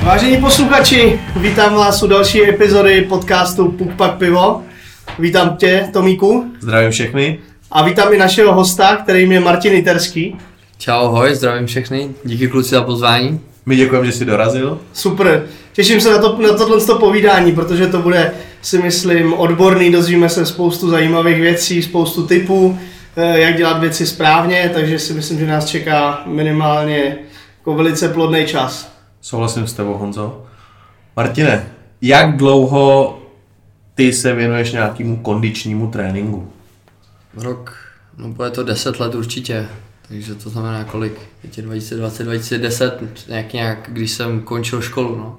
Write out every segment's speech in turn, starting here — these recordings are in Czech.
Vážení posluchači, vítám vás u další epizody podcastu Puk Pak Pivo. Vítám tě, Tomíku. Zdravím všechny. A vítám i našeho hosta, kterým je Martin Jiterský. Čau, ahoj, zdravím všechny. Díky kluci za pozvání. My děkujeme, že jsi dorazil. Super, těším se na tohle povídání, protože to bude, si myslím, odborný, dozvíme se spoustu zajímavých věcí, spoustu tipů, jak dělat věci správně, takže si myslím, že nás čeká minimálně jako velice plodný čas. Souhlasím s tebou, Honzo. Martine, jak dlouho ty se věnuješ nějakému kondičnímu tréninku? Rok, no bude to 10 let určitě, takže to znamená kolik? Teď je 2020, 2010, nějak, když jsem končil školu, no.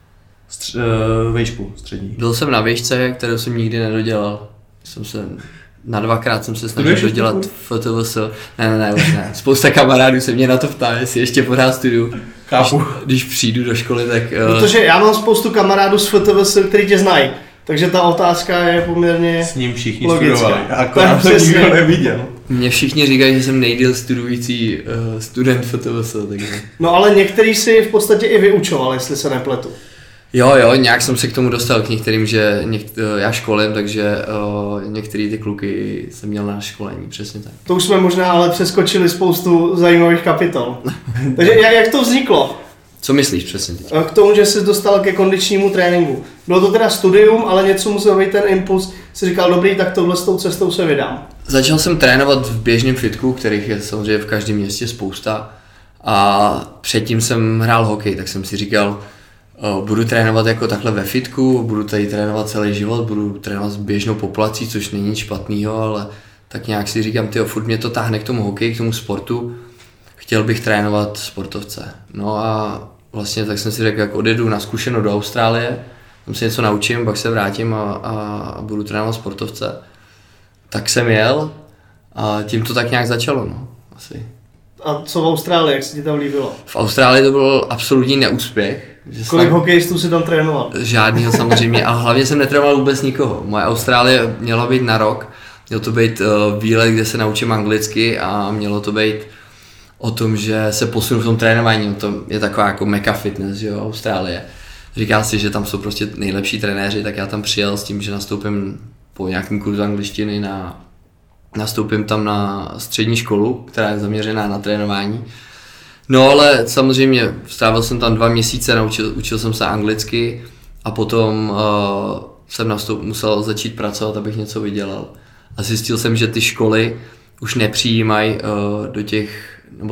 Výšku střední. Byl jsem na výšce, kterou jsem nikdy nedodělal. Na dvakrát jsem se snažil dodělat FTVS. Ne, už ne. Spousta kamarádů se mě na to ptá, jestli ještě pořád studuju. Chápu. Když přijdu do školy, tak... Protože já mám spoustu kamarádů z FTVS, který tě znají. Takže ta otázka je poměrně s ním všichni logická. studovali, akorát to nikdo neviděl. Mě všichni říkají, že jsem nejdýl studující student FTVS, takže... No ale některý si v podstatě i vyučoval, jestli se nepletu. Jo, nějak jsem se k tomu dostal k některým, že já školím, takže některý ty kluky jsem měl na školení, přesně tak. To už jsme možná ale přeskočili spoustu zajímavých kapitol. Takže jak to vzniklo? Co myslíš přesně teď? K tomu, že jsi dostal ke kondičnímu tréninku. Bylo to teda studium, ale něco musel být ten impuls, si říkal, dobrý, tak tohle s tou cestou se vydám. Začal jsem trénovat v běžném fitku, kterých je samozřejmě v každém městě spousta. A předtím jsem hrál hokej, tak jsem si říkal, budu trénovat jako takhle ve fitku, budu tady trénovat celý život, budu trénovat s běžnou populací, což není nic špatného, ale tak nějak si říkám, furt mě to táhne k tomu hokeji, k tomu sportu. Chtěl bych trénovat sportovce. No a vlastně tak jsem si řekl, jak odjedu na zkušenou do Austrálie, tam se něco naučím, pak se vrátím a budu trénovat sportovce. Tak jsem jel a tím to tak nějak začalo, no, asi. A co v Austrálii, jak se ti tam líbilo? V Austrálii to byl absolutní neúspěch. Kolik hokejistů si tam trénoval? Žádnýho samozřejmě, ale hlavně jsem netrénoval vůbec nikoho. Moje Austrálie měla být na rok, mělo to být výlet, kde se naučím anglicky a mělo to být o tom, že se posunu v tom trénování, to je taková jako mecca fitness, jo, Austrálie. Říká si, že tam jsou prostě nejlepší trenéři, tak já tam přijel s tím, že nastoupím po nějakém kurzu angličtiny nastoupím tam na střední školu, která je zaměřená na trénování. No ale samozřejmě strávil jsem tam 2 měsíce, učil jsem se anglicky a potom jsem musel začít pracovat, abych něco vydělal. A zjistil jsem, že ty školy už nepřijímají do těch, nebo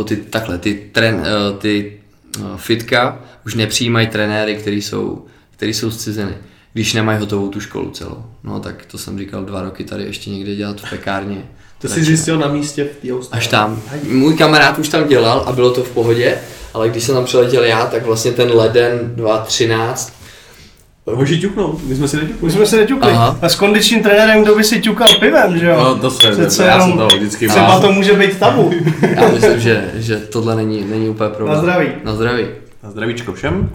ty fitka už nepřijímají trenéry, který jsou z ciziny, když nemají hotovou tu školu celou. No tak to jsem říkal 2 roky tady ještě někde dělat v pekárně. To jsi zjistil na místě v té Austrálii? Až tam. Můj kamarád už tam dělal a bylo to v pohodě, ale když jsem tam přiletěl já, tak vlastně ten leden 2013. Můžeš ťuknout, my jsme si neťukli. A s kondičním trenérem, kdo by si ťukal pivem, že jo? No to se já jsem to vždycky třeba to může být tabu. Já myslím, že tohle není úplně problém. Na zdraví. Na zdraví. Na zdravíčko všem.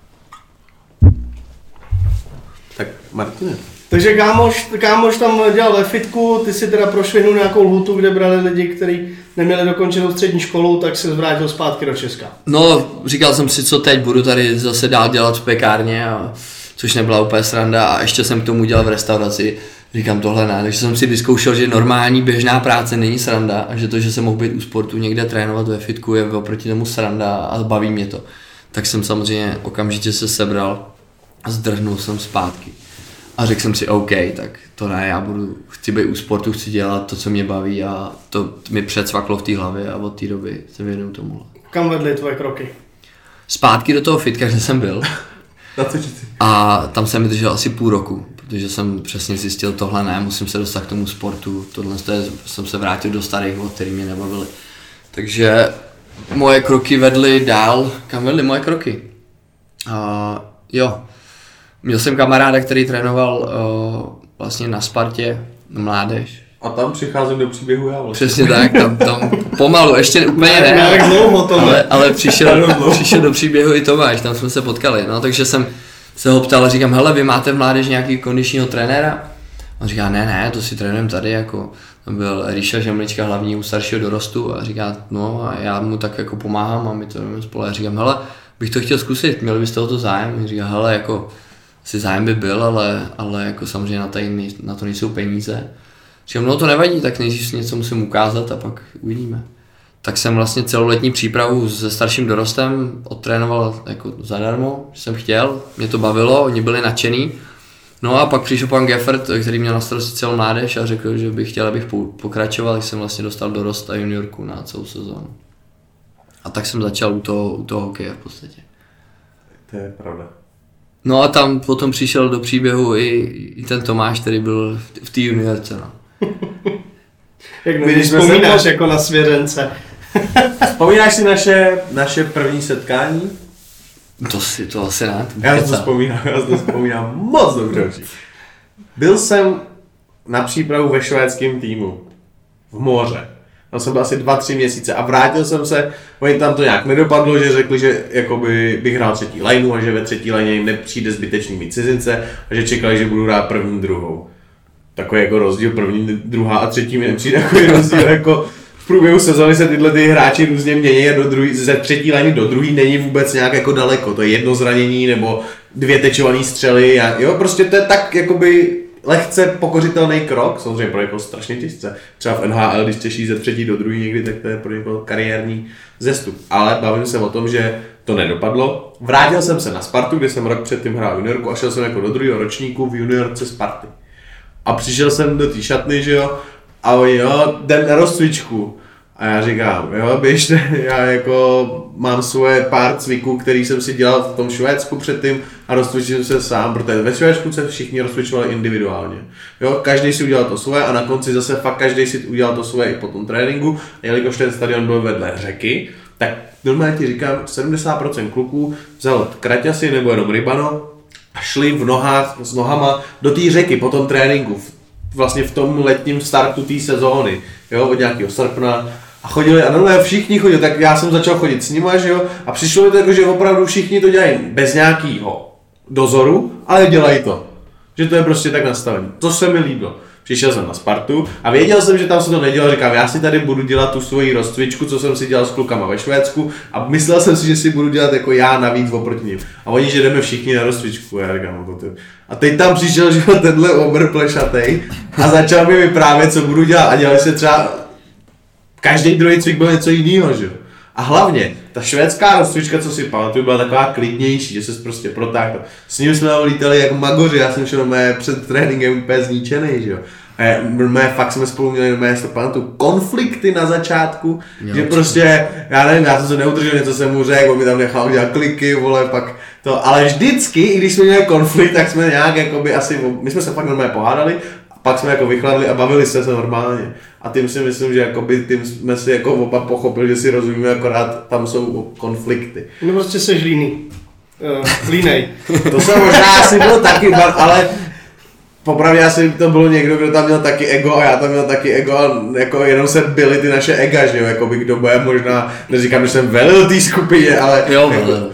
Tak Martine. Takže kámoš tam dělal ve fitku, ty si teda prošvihnul nějakou lhutu, kde brali lidi, kteří neměli dokončenou střední školu, tak se vrátil zpátky do Česka. No, říkal jsem si, co teď, budu tady zase dál dělat v pekárně, což nebyla úplně sranda a ještě jsem k tomu dělal v restauraci. Říkám tohle ne, takže jsem si vyzkoušel, že normální běžná práce není sranda a že to, že se mohl být u sportu někde trénovat ve fitku je oproti tomu sranda a baví mě to. Tak jsem samozřejmě okamžitě se sebral a zdrhnul jsem zpátky. A řekl jsem si, OK, tak to ne, chci být u sportu, chci dělat to, co mě baví a to mi předsvaklo v té hlavě a od té doby se věnuju tomuhle. Kam vedly tvoje kroky? Zpátky do toho fitka, kde jsem byl. A tam jsem vydržel asi půl roku, protože jsem přesně zjistil, tohle ne, musím se dostat k tomu sportu, jsem se vrátil do starých vod, který mě nebavili. Takže moje kroky vedly dál, kam vedly moje kroky? Měl jsem kamaráda, který trénoval vlastně na Spartě, mládež. A tam přicházím do příběhu já vlastně. Přesně tak, tam pomalu, ještě úplně ne. Jak dlouho to ale přišel do příběhu i Tomáš, tam jsme se potkali, no, takže jsem se ho ptal a říkám, hele, vy máte v mládeži nějaký kondičního trenéra? On říká, ne, to si trénujeme tady, jako, tam byl Ríša Žemlička, hlavní u staršího dorostu a říká, no a já mu tak jako pomáhám a my to jdeme spolu a říkám, hele, bych to chtěl zkusit, měli byste o to zájem. Říká, hele, jako, asi zájem by byl, ale jako samozřejmě na to nejsou peníze. Říkám, no to nevadí, tak nejdřív si něco musím ukázat a pak uvidíme. Tak jsem vlastně celou letní přípravu se starším dorostem odtrénoval jako zadarmo, že jsem chtěl, mě to bavilo, oni byli nadšený. No a pak přišel pan Geffert, který měl na starosti celou mládež a řekl, že bych chtěl, abych pokračoval, jsem vlastně dostal dorost a juniorku na celou sezónu. A tak jsem začal u toho hokeje v podstatě. To je pravda. No a tam potom přišel do příběhu i ten Tomáš, který byl v té juniorce. No. Jak na mě vzpomínáš jako na svěřence. Vzpomínáš si naše první setkání? To asi ne. Já si to vzpomínám moc dobře. Byl jsem na přípravu ve švédském týmu v moře. Tam jsem byl asi 2-3 měsíce a vrátil jsem se, oni tam to nějak nedopadlo, že řekli, že jakoby bych hrál třetí lineu a že ve třetí lině jim nepřijde zbytečný mít cizince a že čekali, že budu hrát první, druhou. Takový jako rozdíl první, druhá a třetí mi nepřijde takový rozdíl jako v průběhu sezóny se tyhle ty hráči různě mění a ze třetí liney do druhé není vůbec nějak jako daleko. To je jedno zranění nebo 2 tečované střely. Jo, prostě to je tak jakoby lehce pokořitelný krok, samozřejmě pro někoho strašně těžce. Třeba v NHL, když těší ze třetí do druhé někdy, tak to je pro někoho kariérní zestup. Ale bavím se o tom, že to nedopadlo. Vrátil jsem se na Spartu, kde jsem rok předtím hrál juniorku a šel jsem jako do druhého ročníku v juniorce Sparty. A přišel jsem do té šatny, že jo, a oni, jo, jdem na rozcvičku. A já říkám, jo, běžte, já jako mám svoje pár cviků, který jsem si dělal v tom Švédsku předtím a rozcvičil se sám, protože ve Švédsku se všichni rozcvičovali individuálně. Jo, každý si udělal to svoje a na konci zase fakt každý si udělal to svoje i po tom tréninku. A jelikož ten stadion byl vedle řeky, tak normálně ti říkám, 70% kluků vzalo kraťasy nebo jenom rybano a šli v nohách, s nohama do té řeky po tom tréninku, vlastně v tom letním startu té sezóny, jo, od nějakého srpna. A chodili, a normálně všichni chodili, tak já jsem začal chodit s nima, že jo, a přišlo mi to jako, že opravdu všichni to dělají bez nějakého dozoru, ale dělají to. Že to je prostě tak nastavené. To se mi líbilo. Přišel jsem na Spartu a věděl jsem, že tam se to nedělo, říkám, já si tady budu dělat tu svoji rozcvičku, co jsem si dělal s klukama ve Švédsku a myslel jsem si, že si budu dělat jako já navíc oproti nim. A oni, že jdeme všichni na rozcvičku, já říkám, no to. A teď tam přišel, že tenhle obr plešatej a začal mi vyprávět, co budu dělat a dělali se třeba, každý druhý cvik byl něco jiného, že jo. A hlavně, ta švédská rozcvička, co si pamatuju, byla taková klidnější, že se prostě protáhl. S ním jsme lítali jako magoři, já jsem šel před tréninkem úplně zničený, že jo. A fakt jsme spolu měli, to pamatuju, konflikty na začátku, jo, že prostě, já nevím, já jsem se neudržel, něco jsem mu řekl, on mi tam nechal udělat kliky, vole, pak to, ale vždycky, i když jsme měli konflikt, tak jsme nějak jakoby asi, my jsme se fakt normálně pohádali, pak jsme jako vychladli a bavili se normálně. A tím si myslím, že jakoby, tím jsme si jako oba pochopili, že si rozumíme, akorát tam jsou konflikty. No prostě seš líný. Línej. To jsem možná asi byl taky, ale popravdě asi to bylo někdo, kdo tam měl taky ego a já tam měl taky ego a jako jenom se byly ty naše ega, že jo, jakoby kdo bude možná, neříkám, že jsem velil té skupině, ale jo,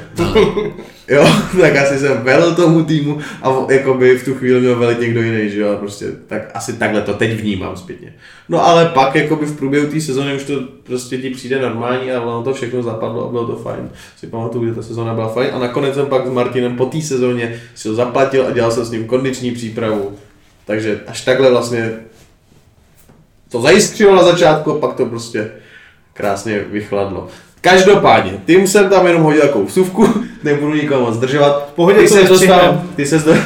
jo, tak asi jsem velil tomu týmu a jakoby v tu chvíli měl velit někdo jiný, že jo, prostě tak asi takhle to teď vnímám zpětně. No ale pak jakoby v průběhu té sezóny už to prostě ti přijde normální a ono to všechno zapadlo a bylo to fajn. Si pamatuju, že ta sezóna byla fajn a nakonec jsem pak s Martinem po té sezóně si ho zaplatil a dělal jsem s ním kondiční přípravu. Takže až takhle vlastně to zajiskřilo na začátku a pak to prostě krásně vychladlo. Každopádně, tím jsem tam jenom hodil takovou vsuvku, nebudu nikoho moc zdržovat. Pohodě to dostal. Ty ses do...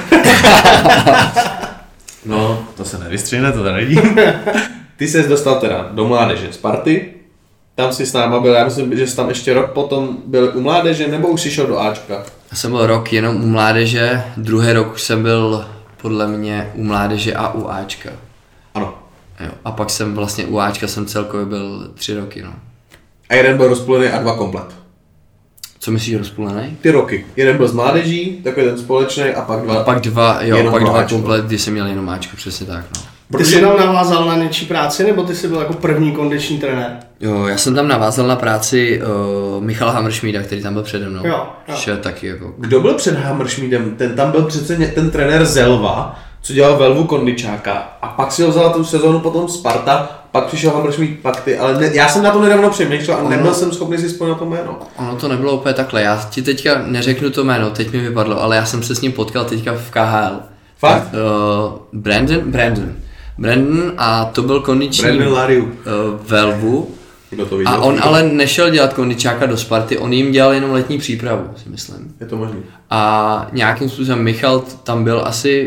No, to se nevystřihne, to není. Ty ses dostal teda do mládeže Sparty, tam si s náma byl, já myslím, že jsi tam ještě rok potom byl u mládeže, nebo už jsi šel do Ačka? Já jsem byl rok jenom u mládeže, druhý rok už jsem byl podle mě u mládeže a u Ačka. Ano. Jo, a pak jsem vlastně u Ačka jsem celkově byl 3 roky, no. A jeden byl rozpůlený a 2 komplet. Co myslíš rozpůlený? Ty roky. Jeden byl z mládeží, takový ten společný a pak 2. A pak 2, jo, pak 2 Ačko. komplet, kdy jsem měl jenom Ačko, přesně tak, no. Ty jsi tam navázal na něčí práci, nebo ty jsi byl jako první kondiční trenér? Jo, já jsem tam navázal na práci Michala Hammerschmida, který tam byl přede mnou. Jo. Že taky jako... Kdo byl před Hammerschmidem? Ten tam byl přece ten trenér Zelva, co dělal Velvu Kondičáka a pak si ho vzala tu sezónu potom Sparta pak přišel Hammerschmidt, pak ty, ale ne, já jsem na to nedávno přemýšlel a nebyl jsem schopný si vzpomenout to jméno. Ono to nebylo úplně takhle, já ti teďka neřeknu to jméno, teď mi vypadlo, ale já jsem se s ním potkal teďka v KHL. Fakt? Brandon a to byl kondiční ve Lvu. A on ale nešel dělat kondičáka do Sparty, on jim dělal jenom letní přípravu, si myslím. Je to možný. A nějakým způsobem Michal tam byl asi,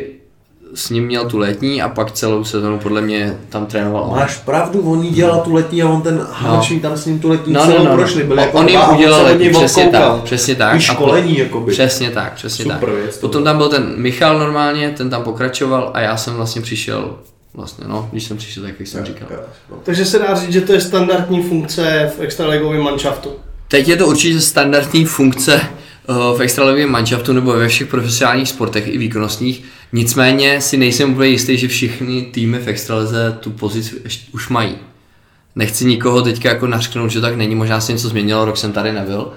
s ním měl tu letní a pak celou sezonu podle mě tam trénoval. Máš pravdu, on jí dělal tu letní a on ten Hammerschmidt tam s ním tu letní celou prošli. Byli jako on jim udělal letní, přesně tak. I školení jakoby. Přesně tak. Potom tam byl ten Michal normálně, ten tam pokračoval a já jsem vlastně přišel. Vlastně, když jsem přišel, tak jak jsem říkal. Takže se dá říct, že to je standardní funkce v extraligovém manšaftu. Teď je to určitě standardní funkce v extraligovém manšaftu nebo ve všech profesionálních sportech i výkonnostních. Nicméně si nejsem úplně jistý, že všichni týmy v extralize tu pozici už mají. Nechci nikoho teďka jako nařknout, že tak není, možná se něco změnilo, rok jsem tady nebyl.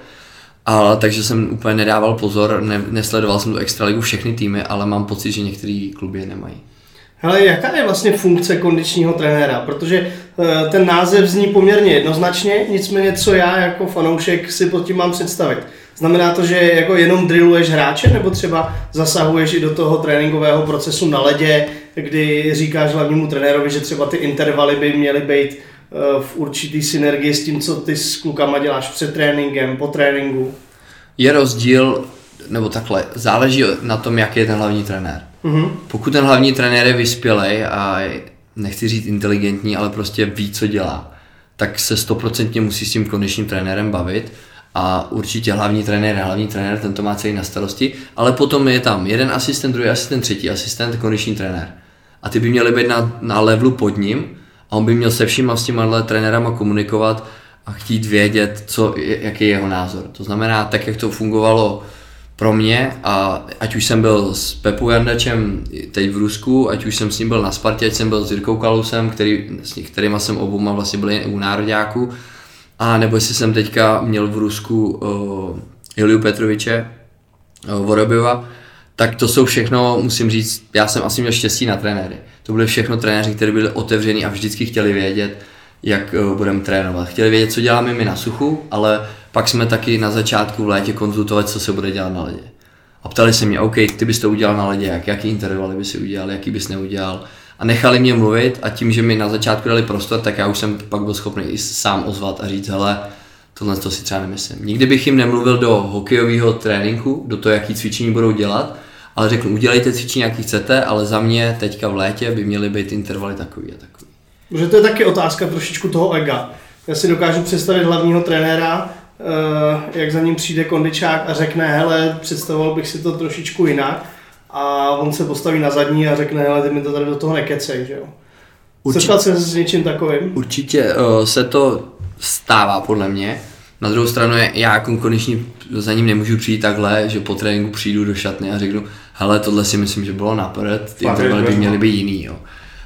Takže jsem úplně nedával pozor, nesledoval jsem tu extraligu všechny týmy, ale mám pocit, že některé kluby je nemají. Hele, jaká je vlastně funkce kondičního trenéra? Protože ten název zní poměrně jednoznačně, nicméně co já jako fanoušek si pod tím mám představit. Znamená to, že jako jenom drilluješ hráče, nebo třeba zasahuješ i do toho tréninkového procesu na ledě, kdy říkáš hlavnímu trenérovi, že třeba ty intervaly by měly být v určitý synergii s tím, co ty s klukama děláš před tréninkem, po tréninku? Je rozdíl, nebo takhle, záleží na tom, jaký je ten hlavní trenér. Pokud ten hlavní trenér je vyspělej a nechci říct inteligentní, ale prostě ví, co dělá, tak se 100% musí s tím kondičním trenérem bavit a určitě hlavní trenér, ten to má celý na starosti, ale potom je tam jeden asistent, druhý asistent, třetí asistent, kondiční trenér. A ty by měli být na levelu pod ním a on by měl se všima s těma trenérama komunikovat a chtít vědět, jaký je jeho názor. To znamená, tak jak to fungovalo pro mě, a ať už jsem byl s Pepou Jandačem teď v Rusku, ať už jsem s ním byl na Spartě, ať jsem byl s Jirkou Kalousem, s kterýma jsem obouma vlastně byli u nároďáku, a nebo jestli jsem teďka měl v Rusku Iliu Petroviče Vorobiova, tak to jsou všechno, musím říct, já jsem asi měl štěstí na trenéry. To byly všechno trenéři, kteří byli otevření a vždycky chtěli vědět, jak budeme trénovat. Chtěli vědět, co děláme my na suchu, ale pak jsme taky na začátku v létě konzultovat, co se bude dělat na ledě. A ptali se mě, OK, ty bys to udělal na ledě, jaký intervaly bys si udělal, jaký bys neudělal. A nechali mě mluvit a tím, že mi na začátku dali prostor, tak já už jsem pak byl schopný i sám ozvat a říct, hele, tohle to si třeba nemyslím. Nikdy bych jim nemluvil do hokejového tréninku, do toho, jaký cvičení budou dělat, ale řeknu, udělejte cvičení, jaký chcete, ale za mě teďka v létě by měly být intervaly takový a takový. Protože to je taky otázka trošičku toho ega. Já si dokážu představit hlavního trenéra, jak za ním přijde kondičák a řekne, hele, představoval bych si to trošičku jinak, a on se postaví na zadní a řekne, hele, ty mi to tady do toho nekecej, že jo. Setkal jsem se s něčím takovým? Určitě se to stává podle mě. Na druhou stranu já jako kondiční za ním nemůžu přijít takhle, že po tréninku přijdu do šatny a řeknu, hele, tohle si myslím, že bylo na prd, ty intervaly by měly být jiný, jo.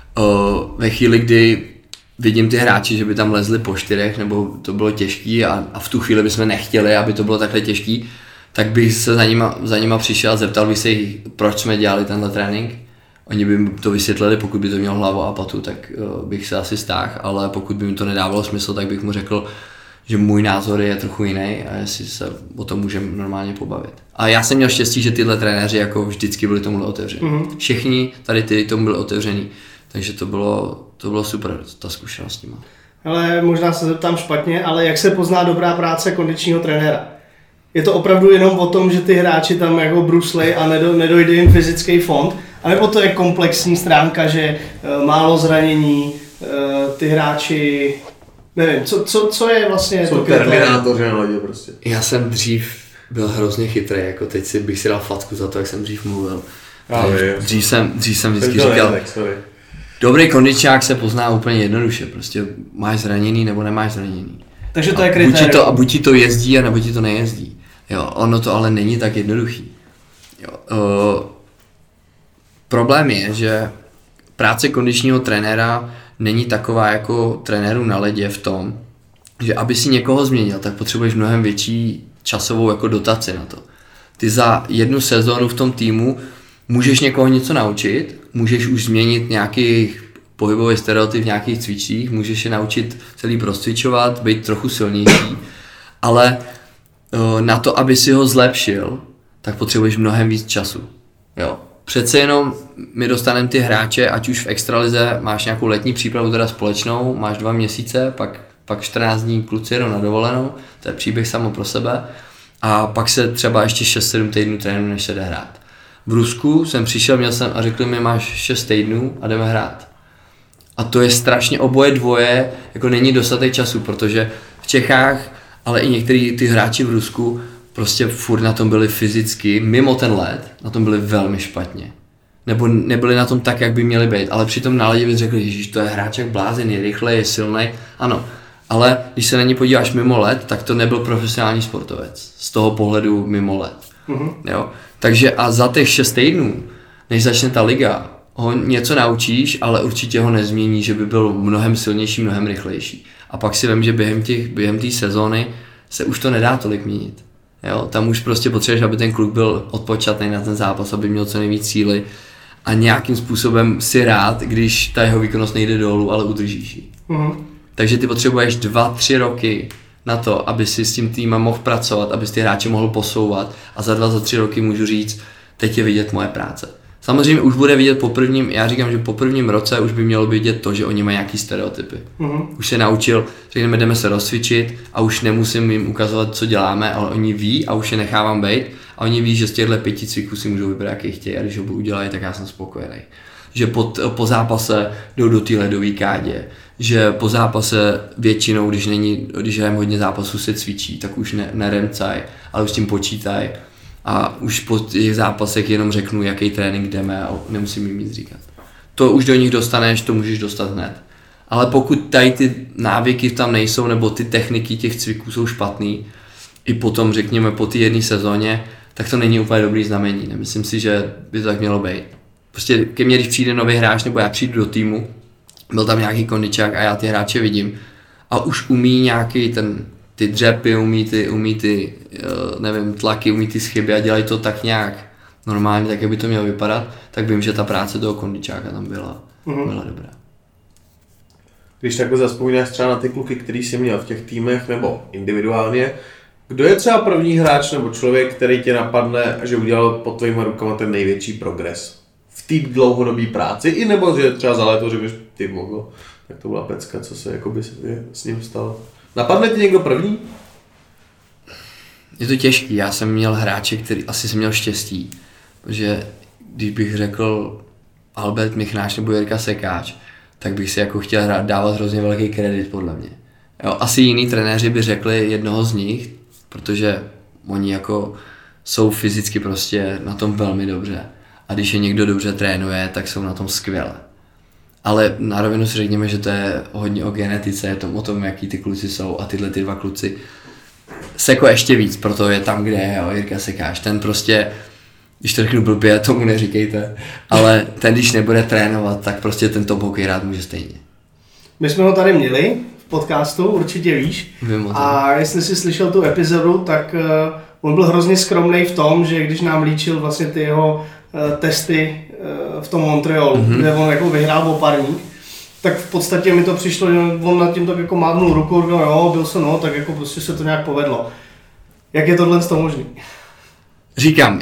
Ve chvíli, kdy vidím ty hráči, že by tam lezli po 4, nebo to bylo těžký a v tu chvíli bychom nechtěli, aby to bylo takhle těžký, tak bych se za nima přišel a zeptal bych se jich, proč jsme dělali tenhle trénink. Oni by mi to vysvětlili, pokud by to mělo hlavu a patu, tak bych se asi stáhl, ale pokud by mi to nedávalo smysl, tak bych mu řekl, že můj názor je trochu jiný a jestli se o tom můžeme normálně pobavit. A já jsem měl štěstí, že tyhle trenéři jako vždycky byli tomu otevření. Všichni tady ty tomu byli otevření, takže to bylo super, ta zkušenost s nima. Ale možná se zeptám špatně, ale jak se pozná dobrá práce kondičního trenéra? Je to opravdu jenom o tom, že ty hráči tam jako bruslej a nedojde jim fyzický fond, anebo to je komplexní stránka, že málo zranění, ty hráči, nevím, co je vlastně to terminátoři na ledě prostě. Já jsem dřív byl hrozně chytrý, jako teď bych si dal facku za to, jak jsem dřív mluvil. Dřív jsem vždycky říkal, dobrý kondičák se pozná úplně jednoduše, prostě máš zraněný nebo nemáš zraněný. Takže to je kritérium. Buď ti to jezdí, nebo ti to nejezdí. Jo, ono to ale není tak jednoduchý. Jo, problém je, že práce kondičního trenéra není taková jako trenéru na ledě v tom, že aby si někoho změnil, tak potřebuješ mnohem větší časovou jako dotaci na to. Ty za jednu sezónu v tom týmu můžeš někoho něco naučit, můžeš už změnit nějakých pohybový stereotyp v nějakých cvičích, můžeš je naučit celý rozcvičovat, být trochu silnější, ale na to, aby si ho zlepšil, tak potřebuješ mnohem víc času. Jo. Přece jenom my dostaneme ty hráče, ať už v extralize máš nějakou letní přípravu teda společnou, máš 2 měsíce, pak 14 dní kluci jedou na dovolenou, to je příběh samo pro sebe, a pak se třeba ještě 6-7 týdnů trénuje, než se jde hrát. V Rusku jsem přišel, měl jsem a řekli mi, máš 6 týdnů a jdeme hrát. A to je strašně oboje dvoje, jako není dostatek času, protože v Čechách, ale i některý ty hráči v Rusku prostě furt na tom byli fyzicky, mimo ten let, na tom byli velmi špatně. Nebo nebyli na tom tak, jak by měli být, ale přitom na ledě by řekli, ježiš, to je hráč jak blázen, je rychlej, je silnej, ano. Ale když se na ně podíváš mimo let, tak to nebyl profesionální sportovec, z toho pohledu mimo let. Jo? Takže a za těch 6 týdnů, než začne ta liga, ho něco naučíš, ale určitě ho nezmění, že by byl mnohem silnější, mnohem rychlejší. A pak si vím, že během té sezóny se už to nedá tolik měnit. Jo? Tam už prostě potřebuješ, aby ten kluk byl odpočatý na ten zápas, aby měl co nejvíc síly a nějakým způsobem si rád, když ta jeho výkonnost nejde dolů, ale udržíš ji. Takže ty potřebuješ 2-3 roky na to, aby si s tím týmem mohl pracovat, aby ty hráče mohl posouvat a za 2-3 roky můžu říct, teď je vidět moje práce. Samozřejmě už bude vidět já říkám, že po prvním roce už by mělo vidět to, že oni mají nějaký stereotypy. Už se naučil, řekneme, jdeme se rozcvičit a už nemusím jim ukazovat, co děláme, ale oni ví a už je nechávám bejt a oni ví, že z těchto 5 cviků si můžou vybrat, jaký chtějí a když ho udělají, tak já jsem spokojený. Že po zápase jdou do té ledové kádě, že po zápase většinou, když hrajeme hodně zápasů, se cvičí, tak už neremcaj, ale už s tím počítají. A už po těch zápasech jenom řeknu, jaký trénink jdeme a nemusím jim nic říkat. To už do nich dostaneš, to můžeš dostat hned. Ale pokud tady ty návyky tam nejsou, nebo ty techniky těch cviků jsou špatný, i potom řekněme po té jedné sezóně, tak to není úplně dobrý znamení. Nemyslím si, že by to tak mělo být. Prostě ke mně, když přijde nový hráč, nebo já přijdu do týmu, byl tam nějaký kondičák a já ty hráče vidím a už umí nějaký ty dřepy, umí ty nevím, tlaky, umí ty schyby a dělají to tak nějak normálně, tak jak by to mělo vypadat, tak vím, že ta práce toho kondičáka tam byla dobrá. Když takhle zazpomínáš třeba na ty kluky, který jsi měl v těch týmech nebo individuálně, kdo je třeba první hráč nebo člověk, který tě napadne, že udělal pod tvojima rukama ten největší progres v té dlouhodobé práci, i nebo že třeba za léto řekneš, ty mogo, tak to byla pecka, co se jakoby s ním stalo. Napadne ti někdo první? Je to těžký, já jsem měl hráče, který asi jsem měl štěstí, že když bych řekl Albert Michnáš nebo Jirka Sekáč, tak bych si jako chtěl dávat hrozně velký kredit podle mě. Jo, asi jiní trenéři by řekli jednoho z nich, protože oni jako jsou fyzicky prostě na tom velmi dobře. A když je někdo dobře trénuje, tak jsou na tom skvěle. Ale na rovinu si řekněme, že to je hodně o genetice, je to o tom, jaký ty kluci jsou a tyhle ty 2 kluci. Seko ještě víc, proto je tam, kde je, jo, Jirka Sekáš. Ten prostě, když to řeknu blbě, tomu neříkejte, ale ten, když nebude trénovat, tak prostě ten top hokej rád může stejně. My jsme ho tady měli v podcastu, určitě víš. A jestli jsi slyšel tu epizodu, tak on byl hrozně skromný v tom, že když nám líčil vlastně ty jeho testy v tom Montrealu, kde on jako vyhrál oparník, tak v podstatě mi to přišlo, že on nad tím tak jako mávnul rukou, říkal, jo, byl jsem, no, tak jako prostě se to nějak povedlo. Jak je tohle z toho možný? Říkám,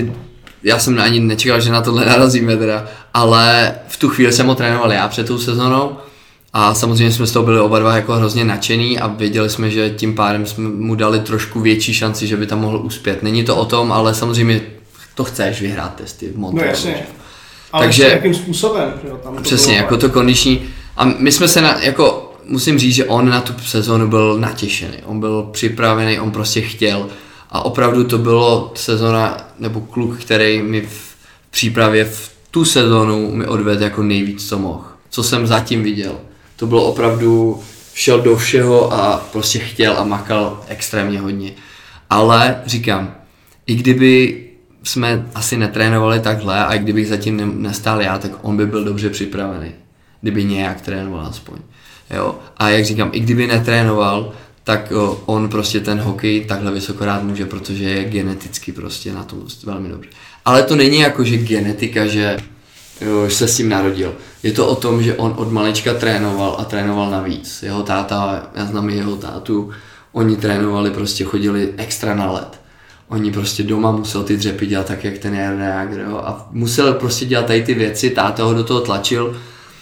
já jsem ani nečekal, že na tohle narazíme teda, ale v tu chvíli jsem ho trénoval já před tou sezónou a samozřejmě jsme z toho byli oba dva jako hrozně nadšený a věděli jsme, že tím pádem jsme mu dali trošku větší šanci, že by tam mohl uspět. Není to o tom, ale samozřejmě to chceš vyhrát testy v Montrealu. No jasně. Ale takže jakým způsobem? Tam přesně, to jako to kondiční. A my jsme se jako musím říct, že on na tu sezónu byl natěšený. On byl připravený, on prostě chtěl. A opravdu to bylo sezóna, nebo kluk, který mi v přípravě v tu sezónu mi odvedl jako nejvíc, co mohl. Co jsem zatím viděl. To bylo opravdu, šel do všeho a prostě chtěl a makal extrémně hodně. Ale říkám, i kdyby jsme asi netrénovali takhle a i kdybych zatím nestál já, tak on by byl dobře připravený. Kdyby nějak trénoval aspoň. Jo? A jak říkám, i kdyby netrénoval, tak on prostě ten hokej takhle vysoko rád může, protože je geneticky prostě na tom velmi dobře. Ale to není jako, že genetika, že jo, že se s tím narodil. Je to o tom, že on od malička trénoval a trénoval navíc. Jeho táta, já znám jeho tátu, oni trénovali, prostě chodili extra na led. Oni prostě doma musel ty dřepy dělat tak, jak ten Jarda Jágr, jo, a musel prostě dělat tady ty věci, táta ho do toho tlačil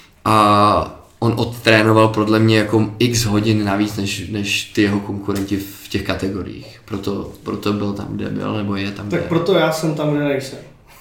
a on odtrénoval podle mě jako x hodin navíc, než ty jeho konkurenti v těch kategoriích. Proto byl tam, kde byl, nebo je tam, tak kde. proto já jsem tam, kde nejsem.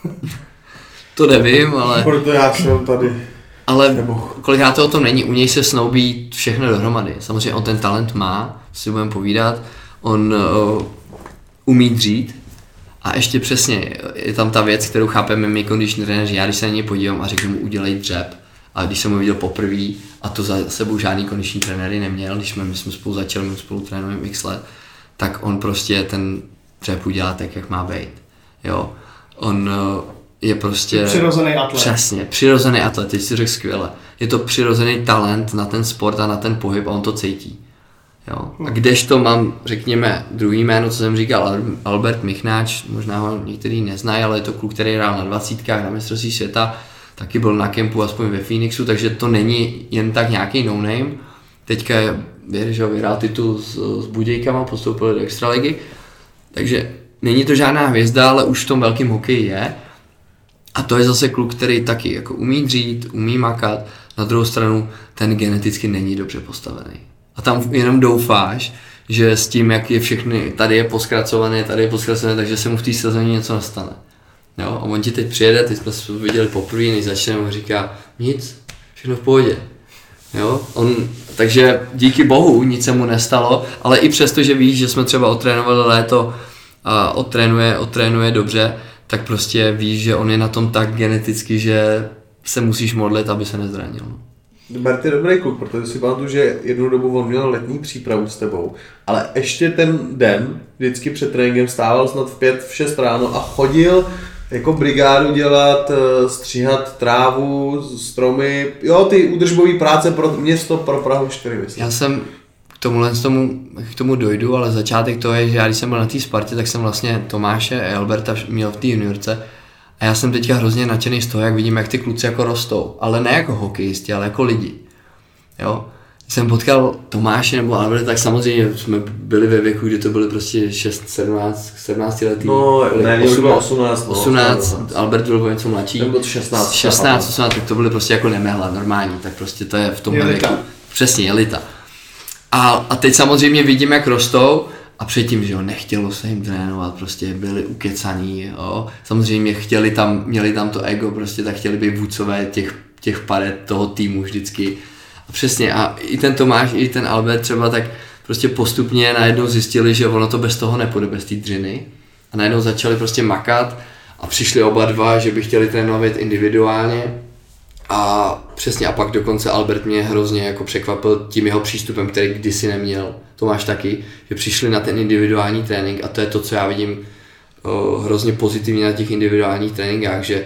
To nevím, ale... Proto já jsem tady. Ale kolikrát to o tom není, u něj se snoubí všechno dohromady. Samozřejmě on ten talent má, si budeme povídat, on umí dřít a ještě přesně je tam ta věc, kterou chápeme my kondiční trenéři. Já když se na něj podívám a řeknu mu udělej dřep, a když jsem ho viděl poprvé, a to za sebou žádný kondiční trenéry neměl, když my jsme spolu začali, my spolu trénujeme x let, tak on prostě ten dřep udělá tak, jak má být. Jo. On je prostě... Přirozený atlet. Přesně, přirozený atlet, teď si řekl skvěle. Je to přirozený talent na ten sport a na ten pohyb a on to cítí. Jo. A kdežto mám, řekněme, druhý jméno, co jsem říkal, Albert Michnáč, možná ho některý neznají, ale je to kluk, který hrál na 20 na mistrovství světa, taky byl na kempu, aspoň ve Phoenixu, takže to není jen tak nějaký no-name. Teďka vyhrál titul s Budějkama, postoupil do extraligy, takže není to žádná hvězda, ale už v tom velkém hokeji je. A to je zase kluk, který taky jako umí dřít, umí makat, na druhou stranu ten geneticky není dobře postavený. A tam jenom doufáš, že s tím, jak je všechny, tady je poskracované, takže se mu v té sezóně něco nastane. Jo, a on ti teď přijede, teď jsme se viděli poprvé, než začneme, a říká, nic, všechno v pohodě. Jo, takže díky bohu nic se mu nestalo, ale i přesto, že víš, že jsme třeba otrénovali léto a otrénuje dobře, tak prostě víš, že on je na tom tak geneticky, že se musíš modlit, aby se nezranil. Bert je dobrý kluk, protože si pamatuju, že jednu dobu on měl letní přípravu s tebou, ale ještě ten den, vždycky před tréninkem stával snad v 5, v 6 ráno a chodil jako brigádu dělat, stříhat trávu, stromy, jo, ty údržbové práce pro město, pro Prahu 4, myslím. Já jsem k tomu dojdu, ale začátek toho je, že já když jsem byl na té Spartě, tak jsem vlastně Tomáše a Alberta měl v té juniorce a já jsem teďka hrozně nadšený z toho, jak vidím, jak ty kluci jako rostou, ale ne jako hokejisti, ale jako lidi. Jo. Když jsem potkal Tomáše nebo Alberta, tak samozřejmě jsme byli ve věku, kdy to byly prostě 17 letý. No, ne, 18. Albert byl něco mladší. Ten byl 16, 18, tak to byly prostě jako nemehla, normální, tak prostě to je v tomhle věku. Přesně, jelita. A teď samozřejmě vidím, jak rostou a předtím, že jo, nechtělo se jim trénovat, prostě byli ukecaný, jo. Samozřejmě měli tam to ego, prostě tak chtěli být vůdcové těch paret toho týmu vždycky. A přesně, a i ten Tomáš, i ten Albert třeba tak prostě postupně najednou zjistili, že ono to bez toho nepůjde, bez té dřiny. A najednou začali prostě makat a přišli oba dva, že by chtěli trénovat individuálně. A přesně, a pak dokonce Albert mě hrozně jako překvapil tím jeho přístupem, který kdysi neměl, Tomáš taky, že přišli na ten individuální trénink a to je to, co já vidím hrozně pozitivně na těch individuálních tréninkách, že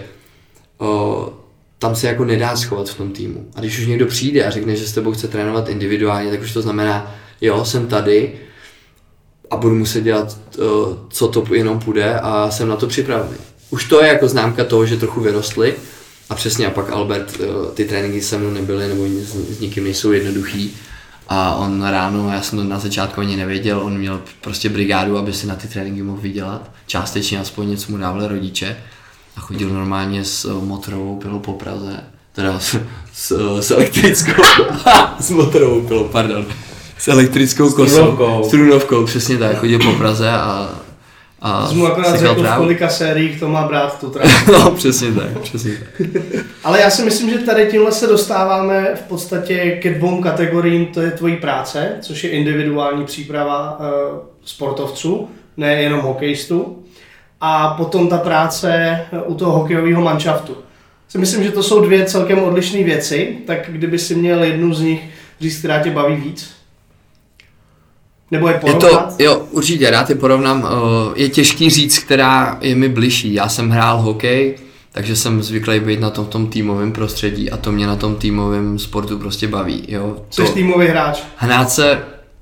tam se jako nedá schovat v tom týmu. A když už někdo přijde a řekne, že s tebou chce trénovat individuálně, tak už to znamená, jo, jsem tady a budu muset dělat, co to jenom půjde a jsem na to připravený. Už to je jako známka toho, že trochu vyrostli. A přesně, a pak Albert, ty tréninky se mnou nebyly, nebo s nikým nejsou jednoduchý. A on ráno, já jsem to na začátku ani nevěděl, on měl prostě brigádu, aby si na ty tréninky mohl vydělat. Částečně aspoň něco mu dávali rodiče. A chodil normálně s motorovou pilou po Praze. Teda s elektrickou, s motorovou pilou, pardon. S elektrickou kosou. Strunovkou, přesně tak, chodil po Praze a jsi mu akorát řekl, v kolika sériích to má brát tu trávu. No, přesně tak. Ale já si myslím, že tady tímhle se dostáváme v podstatě ke 2 kategoriím, to je tvojí práce, což je individuální příprava sportovců, nejenom hokejistů, a potom ta práce u toho hokejového manšaftu. Si myslím, že to jsou 2 celkem odlišné věci, tak kdyby si měl jednu z nich říct, která tě baví víc? Nebo je porovnat? Jo, určitě, rád je porovnám. Je těžký říct, která je mi bližší. Já jsem hrál hokej, takže jsem zvyklý být na tom týmovém prostředí a to mě na tom týmovém sportu prostě baví. Jsi týmový hráč? Hnát se,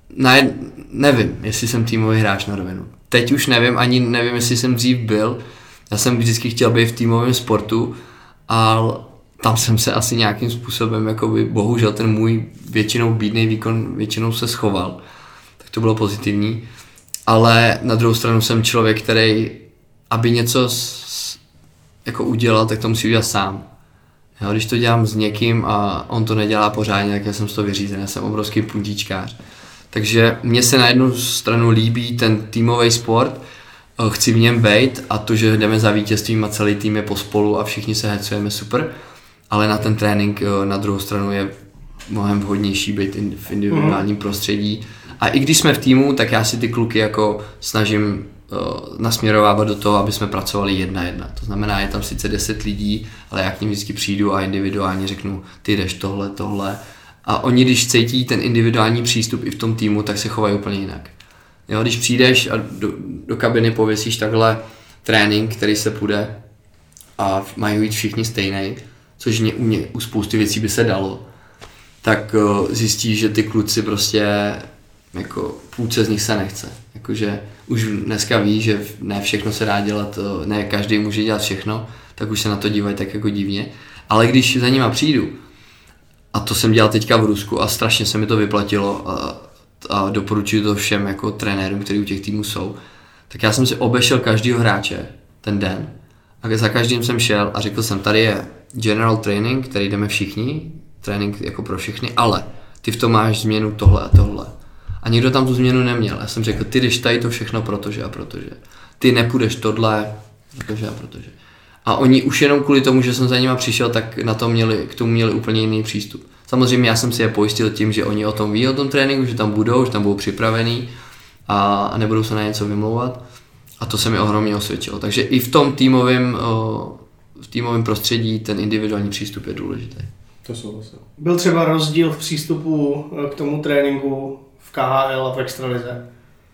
nevím, jestli jsem týmový hráč na rovinu. Teď už nevím, ani nevím, jestli jsem dřív byl. Já jsem vždycky chtěl být v týmovém sportu, tam jsem se asi nějakým způsobem, jakoby, bohužel ten můj většinou bídnej výkon většinou se schoval, tak to bylo pozitivní, ale na druhou stranu jsem člověk, který, aby něco jako udělal, tak to musí udělat sám. Jo, když to dělám s někým a on to nedělá pořádně, tak já jsem z toho vyřízený, já jsem obrovský puntíčkář. Takže mně se na jednu stranu líbí ten týmový sport, chci v něm být a to, že jdeme za vítězstvím a celý tým je pospolu a všichni se hecujeme, super, ale na ten trénink na druhou stranu je mnohem vhodnější být v individuálním prostředí. A i když jsme v týmu, tak já si ty kluky jako snažím nasměrovávat do toho, aby jsme pracovali 1-1. To znamená, je tam sice 10 lidí, ale já k ním vždycky přijdu a individuálně řeknu, ty jdeš tohle. A oni, když cítí ten individuální přístup i v tom týmu, tak se chovají úplně jinak. Jo, když přijdeš a do kabiny pověsíš takhle trénink, který se půjde a mají být všichni stejný, což u spousty věcí by se dalo, tak zjistíš, že ty kluci prostě jako půlce z nich se nechce. Jakože už dneska ví, že ne všechno se dá dělat, ne každý může dělat všechno, tak už se na to dívají tak jako divně. Ale když za nima přijdu, a to jsem dělal teďka v Rusku a strašně se mi to vyplatilo a doporučuji to všem jako trenérům, kteří u těch týmů jsou, tak já jsem si obešel každýho hráče ten den a za každým jsem šel a řekl jsem, tady je general training, který jdeme všichni, trénink jako pro všechny, ale ty v tom máš změnu tohle a tohle. A nikdo tam tu změnu neměl. Já jsem řekl, ty jdeš tady to všechno protože. Ty nepůjdeš tohle, protože. A oni už jenom kvůli tomu, že jsem za nima přišel, tak k tomu měli úplně jiný přístup. Samozřejmě já jsem si je pojistil tím, že oni o tom ví, o tom tréninku, že tam budou připravení a nebudou se na něco vymlouvat. A to se mi ohromně osvědčilo. Takže i v tom týmovém prostředí ten individuální přístup je důležitý. To souhlasím. Byl třeba rozdíl v přístupu k tomu tréninku v KHL a v extralize?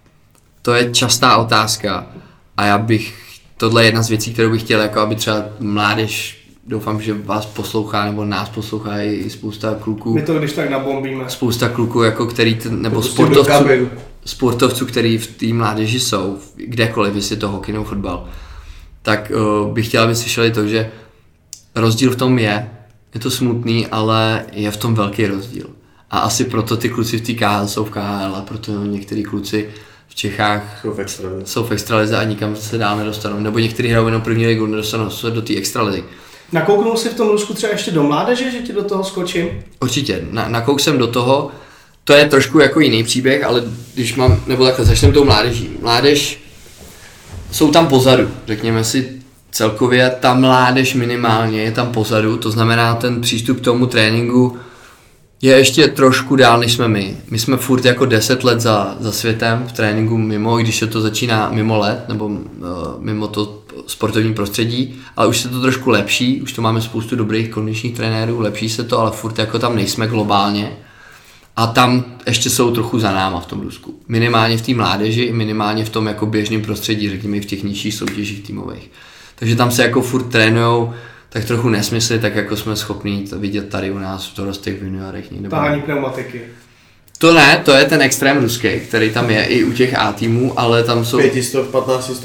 To je častá otázka a tohle je jedna z věcí, kterou bych chtěl, jako aby třeba mládež, doufám, že vás poslouchá nebo nás poslouchá i spousta kluků. My to když tak nabombíme. Spousta kluků, jako nebo sportovců, který v té mládeži jsou, kdekoliv, jestli je to hokej nebo fotbal, tak bych chtěl, aby slyšeli to, že rozdíl v tom je to smutný, ale je v tom velký rozdíl. A asi proto ty kluci v té KHL jsou v KHL a proto některý kluci v Čechách jsou v extralize a nikam se dál nedostanou. Nebo některý hrajou jenom první ligu, nedostanou se do té extraligy. Nakouknul jsi v tom Rusku třeba ještě do mládeže, že ti do toho skočím? Určitě, nakouk jsem do toho. To je trošku jako jiný příběh, ale když začneme tou mládeží. Mládež jsou tam pozadu, řekněme si celkově, ta mládež minimálně je tam pozadu, to znamená ten přístup k tomu tréninku je ještě trošku dál, než jsme my. My jsme furt jako 10 let za světem v tréninku mimo, i když se to začíná mimo let, nebo mimo to sportovní prostředí, ale už se to trošku lepší, už to máme spoustu dobrých kondičních trenérů, lepší se to, ale furt jako tam nejsme globálně. A tam ještě jsou trochu za náma v tom Rusku. Minimálně v té mládeži, minimálně v tom jako běžném prostředí, řekněme i v těch nižších soutěžích týmových. Takže tam se jako furt trénujou tak trochu nesmysly, tak jako jsme schopní to vidět tady u nás v dorostech v juniorech. Tahání pneumatiky. To ne, to je ten extrém ruský, který tam je i u těch A týmů, ale tam jsou... 500, 1500.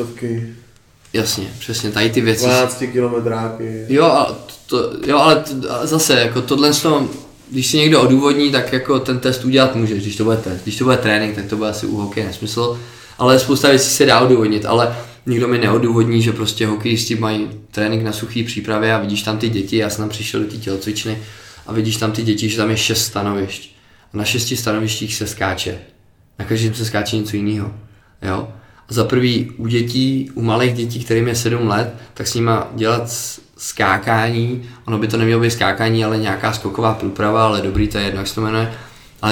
Jasně, přesně, tady ty věci... 12 kilometráky. Jo, ale zase, jako tohle, když si někdo odůvodní, tak jako ten test udělat můžeš, když to bude test. Když to bude trénink, tak to bude asi u hokeje nesmysl, ale spousta věcí se dá odůvodnit, ale nikdo mi neodůvodní, že prostě hokejisti mají trénink na suchý přípravě a vidíš tam ty děti, já jsem tam přišel do té tělocvičny a vidíš tam ty děti, že tam je 6 stanovišť. A na 6 stanovištích se skáče. Na každém se skáče něco jiného. Jo? A za prvý u malých dětí, kterým je 7 let, tak s nima dělat skákání, ono by to nemělo být skákání, ale nějaká skoková průprava, ale dobrý, to je jedno, jak se to jmenuje. Ale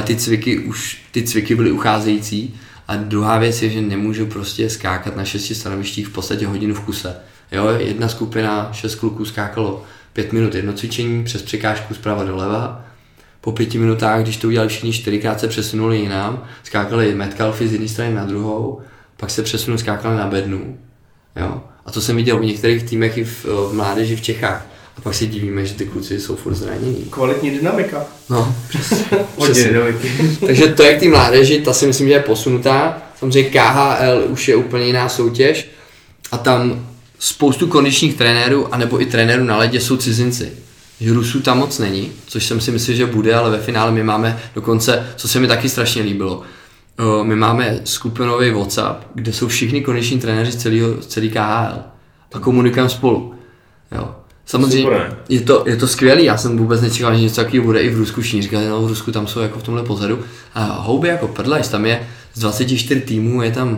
ty cviky byly ucházející. A druhá věc je, že nemůžu prostě skákat na 6 stanovištích v podstatě hodinu v kuse. Jo, jedna skupina, 6 kluků skákalo 5 minut jedno cvičení, přes překážku zprava doleva. Po 5 minutách, když to udělali všichni 4krát, se přesunuli jinam, skákali metcalfy z jedné strany na druhou, pak se skákali na bednu. Jo? A to jsem viděl u některých týmech i v mládeži v Čechách. A pak se divíme, že ty kluci jsou furt zranění. Kvalitní dynamika. No, přesně. Takže to je k té mládeži, ta si myslím, že je posunutá. Samozřejmě KHL už je úplně jiná soutěž a tam spoustu kondičních trenérů, anebo i trenérů na ledě jsou cizinci. že Rusů tam moc není, což jsem si myslel, že bude, ale ve finále my máme dokonce, co se mi taky strašně líbilo, my máme skupinový WhatsApp, kde jsou všichni koneční trenéři z celý KHL a komunikujeme spolu. Jo. Samozřejmě je to skvělý, já jsem vůbec nečekal, že něco takového bude i v Rusku, všichni říkali, no v Rusku tam jsou jako v tomhle pozadu a houby jako prdlajs, tam je z 24 týmů, je tam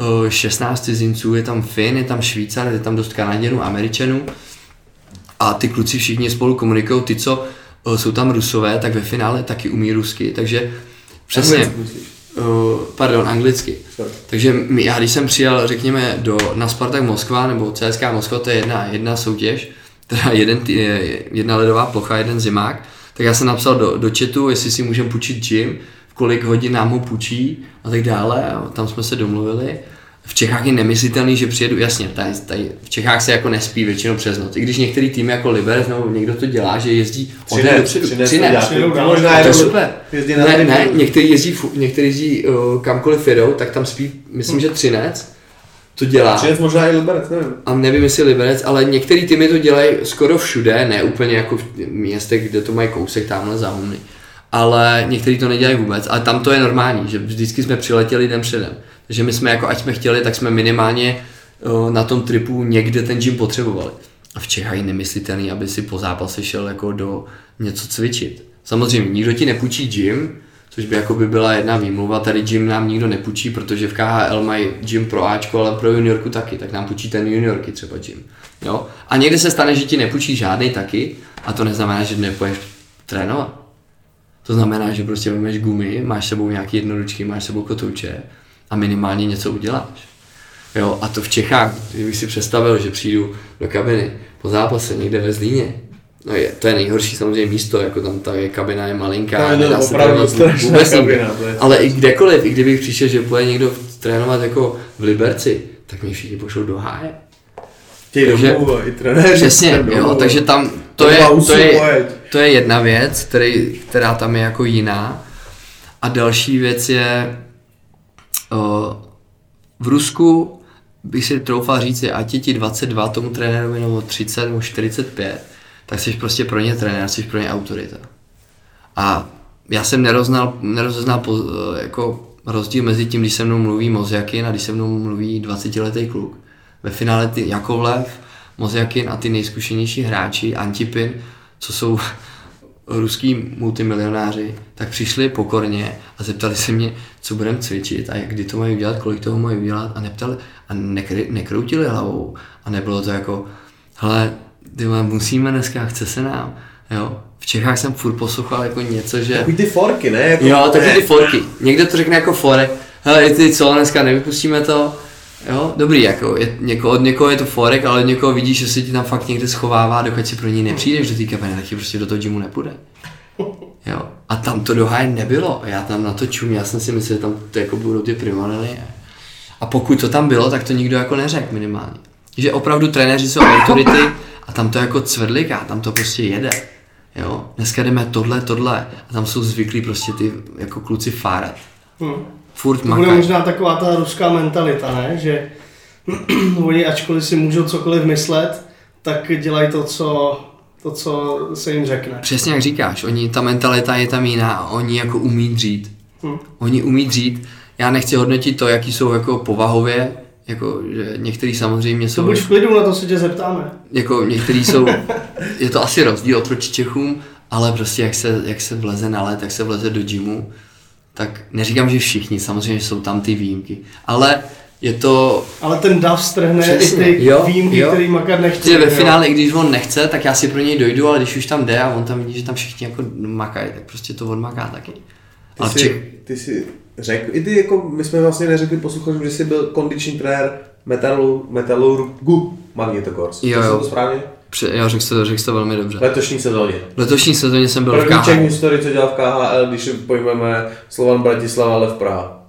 16 cizinců, je tam Fin, je tam Švýcar, je tam dost Kanaděnů, Američanů a ty kluci všichni spolu komunikují, ty co jsou tam Rusové, tak ve finále taky umí rusky, takže přesně, anglicky. Sorry. Takže já když jsem přijel, řekněme, na Spartak Moskva nebo CSKA Moskva, to je jedna soutěž, teda jedna ledová plocha, jeden zimák, tak já jsem napsal do chatu, jestli si můžeme půjčit gym, v kolik hodin nám ho půjčí a tak dále, a tam jsme se domluvili. V Čechách je nemyslitelný, že přijedu, jasně, tady v Čechách se jako nespí většinou přes noc, i když některý týmy jako Liberec nebo někdo to dělá, že jezdí od den dopředu. To je super. Ne, některý jezdí kamkoliv jedou, tak tam spí, myslím, že Třinec to dělá. Třinec možná i Liberec, nevím. A nevím, jestli Liberec, ale některý týmy to dělají skoro všude, ne úplně jako v městech, kde to mají kousek tamhle za Humny. Ale některý to nedělají vůbec, ale tam to je normální, že vždycky jsme přiletěli den předem. Takže my jsme jako, ať jsme chtěli, tak jsme minimálně na tom tripu někde ten gym potřebovali. A v Čechách je nemyslitelný, aby si po zápase šel jako do něco cvičit. Samozřejmě nikdo ti nepůjčí gym, což by jako by byla jedna výmluva, tady gym nám nikdo nepůjčí, protože v KHL mají gym pro Ačko, ale pro juniorku taky, tak nám půjčí ten juniorky třeba gym. Jo? A někdy se stane, že ti nepůjčí žádnej taky a to neznamená, že nepůjdeš trénovat. To znamená, že prostě vezmeš gumy, máš sebou nějaký jednoručky, máš sebou kotouče a minimálně něco uděláš. Jo, a to v Čechách, kdybych si představil, že přijdu do kabiny po zápase někde ve Zlíně, no to je nejhorší samozřejmě místo, jako tam ta kabina je malinká, nedá se vůbec kabina, ale i kdekoliv, i kdybych přišel, že bude někdo trénovat jako v Liberci, tak mě všichni pošlou do háje. Takže, i trenéři. Přesně, jo, takže tam to je jedna věc, která tam je jako jiná. A další věc je, v Rusku bych si troufal říct, ať je ti 22 tomu trenérovi nebo 30 nebo 45, tak jsi prostě pro ně trenér, jsi pro ně autorita. A já jsem neroznal jako rozdíl mezi tím, když se mnou mluví Mozjakin a když se mnou mluví 20letý kluk. Ve finále ty Jakovlev, Mozjakin a ty nejzkušenější hráči, Antipin, co jsou ruský multimilionáři, tak přišli pokorně a zeptali se mě, co budeme cvičit a kdy to mají udělat, kolik toho mají udělat a neptali a nekroutili hlavou a nebylo to jako, hele, musíme dneska, chce se nám, jo. V Čechách jsem furt poslouchal jako něco, že... Takový ty forky, ne? Jako jo, takový ty forky. Někdo to řekne jako forek, hele, ty co, dneska nevypustíme to, jo, dobrý, jako od někoho je to forek, ale od někoho vidíš, že se ti tam fakt někde schovává, dokud si pro něj nepřijdeš do té kabiny, tak ti prostě do toho gymu nepůjde. Jo, a tam to do háje nebylo a já tam na to čum, já jsem si myslel, že tam to jako budou ty primonely. A pokud to tam bylo, tak to nikdo jako neřekl minimálně. Že opravdu trenéři jsou autority a tam to jako cvrdlik a tam to prostě jede. Jo, dneska jdeme tohle a tam jsou zvyklí prostě ty jako kluci fárat. Furt to bude možná taková ta ruská mentalita, ne? Že oni ačkoliv si můžou cokoliv myslet, tak dělají to, co se jim řekne. Přesně jak říkáš, ta mentalita je tam jiná a oni jako umí dřít. Oni umí dřít. Já nechci hodnotit to, jaký jsou jako povahově, jako že některý samozřejmě jsou... To buď v klidu, na to se tě zeptáme. Jako některý jsou, je to asi rozdíl oproti Čechům, ale prostě jak se vleze na led, jak se vleze do gymu, tak neříkám, že všichni, samozřejmě jsou tam ty výjimky, ale je to... Ale ten dav strhne i ty výjimky, který makat nechce. Ve finále, i když on nechce, tak já si pro něj dojdu, ale když už tam jde a on tam vidí, že tam všichni jako makají, tak prostě to odmaká taky. Ty jsi řekl, i ty jako, my jsme vlastně neřekli posluchačům, že jsi byl kondiční trenér Metalurgu Magnitogorsk. Jo. To správně? Jo, řekl to velmi dobře. V letošní sezóně jsem byl v KHL. První Czech historii, co dělal v KHL, když pojmeme Slovan Bratislava, Lev Praha.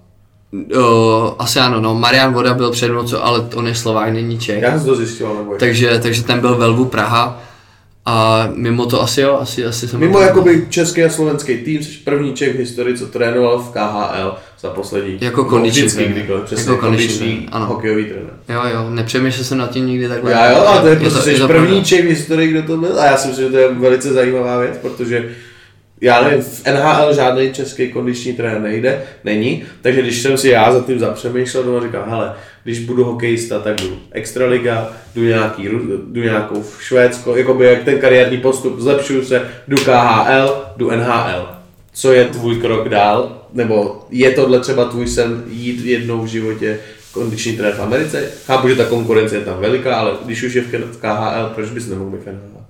Asi ano, no, Marian Voda byl před mnou, ale on je Slovák, není Čech. Já jsem to zjistil, nebo takže ten byl ve Lvu Praha. A mimo to asi jo, asi jsem... Mimo jakoby český a slovenský tým, jsi první Čech v historii, co trénoval v KHL za poslední... Jako kondiční kdykoliv, přesně jako kondiční hokejový trenér. Jo, nepřemýšlel jsem nad tím nikdy takhle. Jo, ale to je prostě jsi první Čech v historii, kdo to byl a já si myslím, že to je velice zajímavá věc, protože já nevím, v NHL žádný český kondiční trenér není, takže když jsem si já za tím zapřemýšlel, doma říkám, hele, když budu hokejista, tak jdu extraliga, jdu nějakou v Švédsko, jakoby jak ten kariérní postup, zlepšuju se, jdu KHL, jdu NHL. Co je tvůj krok dál? Nebo je tohle třeba tvůj sen jít jednou v životě kondiční trenér v Americe? Chápu, že ta konkurence je tam veliká, ale když už je v KHL, proč bys nemohl být v NHL?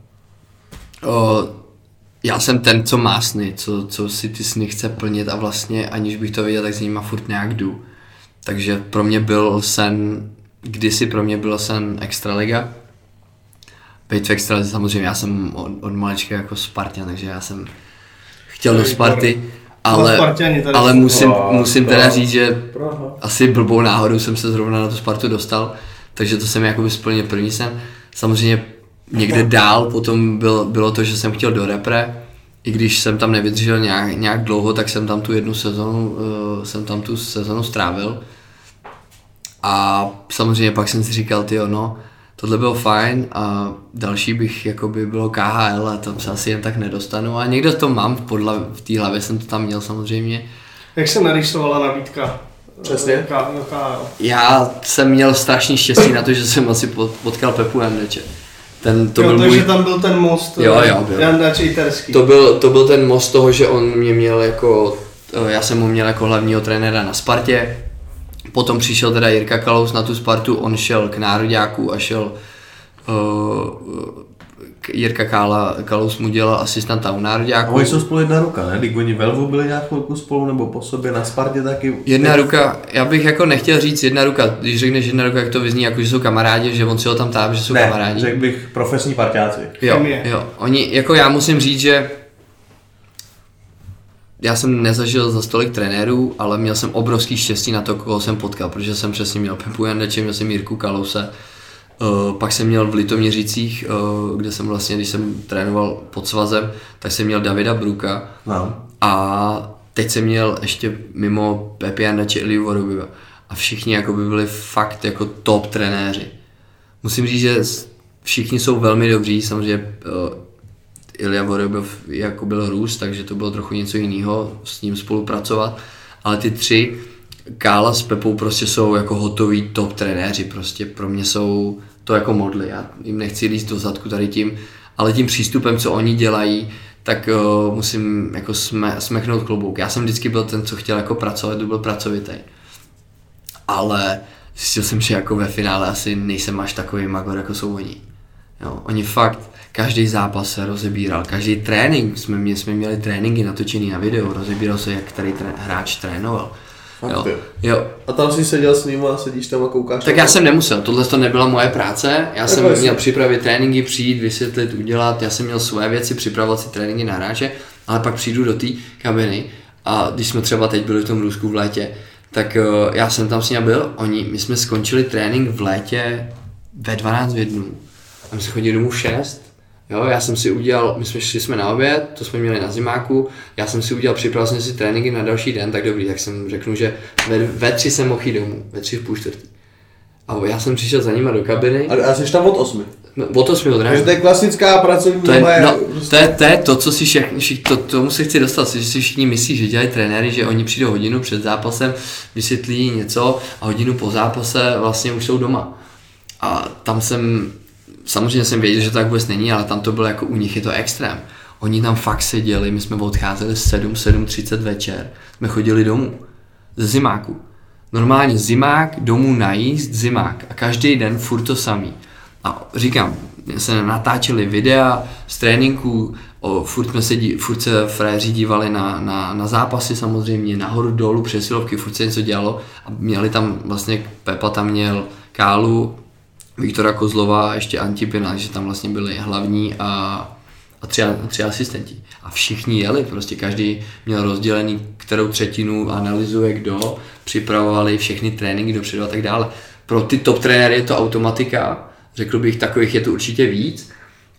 Já jsem ten, co má sny, co si ty sny chce plnit a vlastně aniž bych to věděl, tak s nima furt nějak jdu. Takže pro mě byl sen, kdysi pro mě byl sen extraliga. Být v extralize samozřejmě, já jsem od malička jako Spartan, takže já jsem chtěl do Sparty, ale musím teda říct, že asi blbou náhodou jsem se zrovna na tu Spartu dostal, takže to jsem jakoby splnil první sen. Samozřejmě někde dál potom bylo to, že jsem chtěl do repre, i když jsem tam nevydržel nějak dlouho, tak jsem tam tu sezonu strávil. A samozřejmě pak jsem si říkal, tohle bylo fajn a další bych jakoby bylo KHL a tam se asi jen tak nedostanu a někde to mám v té hlavě jsem to tam měl samozřejmě. Jak se narýsovala nabídka? Přesně. KHL. Já jsem měl strašný štěstí na to, že jsem asi potkal Pepu Jandeče. Takže tam byl ten most Jandač Jiterský. To byl ten most toho, že on mě měl já jsem ho měl jako hlavního trenéra na Spartě. Potom přišel teda Jirka Kalous na tu Spartu, on šel k nároďáku a šel Jirka Kalous mu dělal asistenta u nároďáku. A oni jsou spolu jedna ruka, ne? Když oni ve Lvu byli nějak chvilku spolu nebo po sobě na Spartě taky? Jedna ruka, já bych jako nechtěl říct jedna ruka, když řekneš jedna ruka, jak to vyzní, jako že jsou kamarádi, že on si ho tam tápe, že jsou kamarádi. Ne, řekl bych profesní parťáci. Jo, oni, jako já musím říct, že já jsem nezažil za stolik trenérů, ale měl jsem obrovský štěstí na to, koho jsem potkal, protože jsem přesně měl Pepu Jandeče, měl jsem Jirku Kalouse, pak jsem měl v Litoměřicích, kde jsem vlastně, když jsem trénoval pod svazem, tak jsem měl Davida Bruka a teď jsem měl ještě mimo Pepu Jandeče Iliu Vorobiva a všichni jako by byli fakt jako top trenéři. Musím říct, že všichni jsou velmi dobří, samozřejmě Ilja Vorobiv jako byl Rus, takže to bylo trochu něco jiného s ním spolupracovat, ale ty tři, Kála s Pepou prostě jsou jako hotoví top trenéři, prostě pro mě jsou to jako modly, já jim nechci líst do zadku tady tím, ale tím přístupem, co oni dělají, tak musím jako smeknout klobouk. Já jsem vždycky byl ten, co chtěl jako pracovat, byl pracovitý, ale zjistil jsem, že jako ve finále asi nejsem až takový magor, jako jsou oni. Jo, oni fakt každý zápas se rozebíral, každý trénink, jsme měli tréninky natočený na video, rozebíral se, jak který hráč trénoval. Jo. A tam si seděl s ním a sedíš tam a koukáš? Tak já jsem nemusel, tohle to nebyla moje práce, já jsem měl připravit tréninky, přijít, vysvětlit, udělat, já jsem měl svoje věci, připravovat si tréninky na hráče, ale pak přijdu do té kabiny a když jsme třeba teď byli v tom Rusku v létě, tak já jsem tam s ním byl, my jsme skončili trénink v létě ve 12 dnů. A my jsme chodili domů v 6, jo, já jsem si udělal, šli jsme na oběd, to jsme měli na zimáku, já jsem si udělal, připravil jsem si tréninky na další den, tak dobrý, tak jsem řeknu, že ve 3 jsem mohl jít domů, ve 3:45. A já jsem přišel za nima do kabiny. A jsi tam od 8? No, od 8 od rána. Takže to je klasická pracovní doba. To je to, co si tomu se chci dostat, že si všichni myslí, že dělají trenéry, že oni přijdou hodinu před zápasem, vysvětlí něco a hodinu po zápase vlastně už jsou doma. A tam samozřejmě jsem věděl, že to tak vůbec není, ale tam to bylo jako u nich je to extrém. Oni tam fakt seděli, my jsme odcházeli 7:30 večer, jsme chodili domů ze zimáku. Normálně zimák, domů najíst, zimák a každý den furt to samý. A říkám, se natáčeli videa z tréninků, furt se fréři dívali na zápasy samozřejmě, nahoru dolů, přesilovky, furt se něco dělalo a měli tam vlastně, Pepa tam měl Kálu, Viktora Kozlova a ještě Antipina, že tam vlastně byli hlavní a tři asistenti. A všichni jeli, prostě každý měl rozdělený, kterou třetinu analyzuje kdo, připravovali všechny tréninky dopředu a tak dále. Pro ty top trenéry je to automatika, řekl bych, takových je to určitě víc,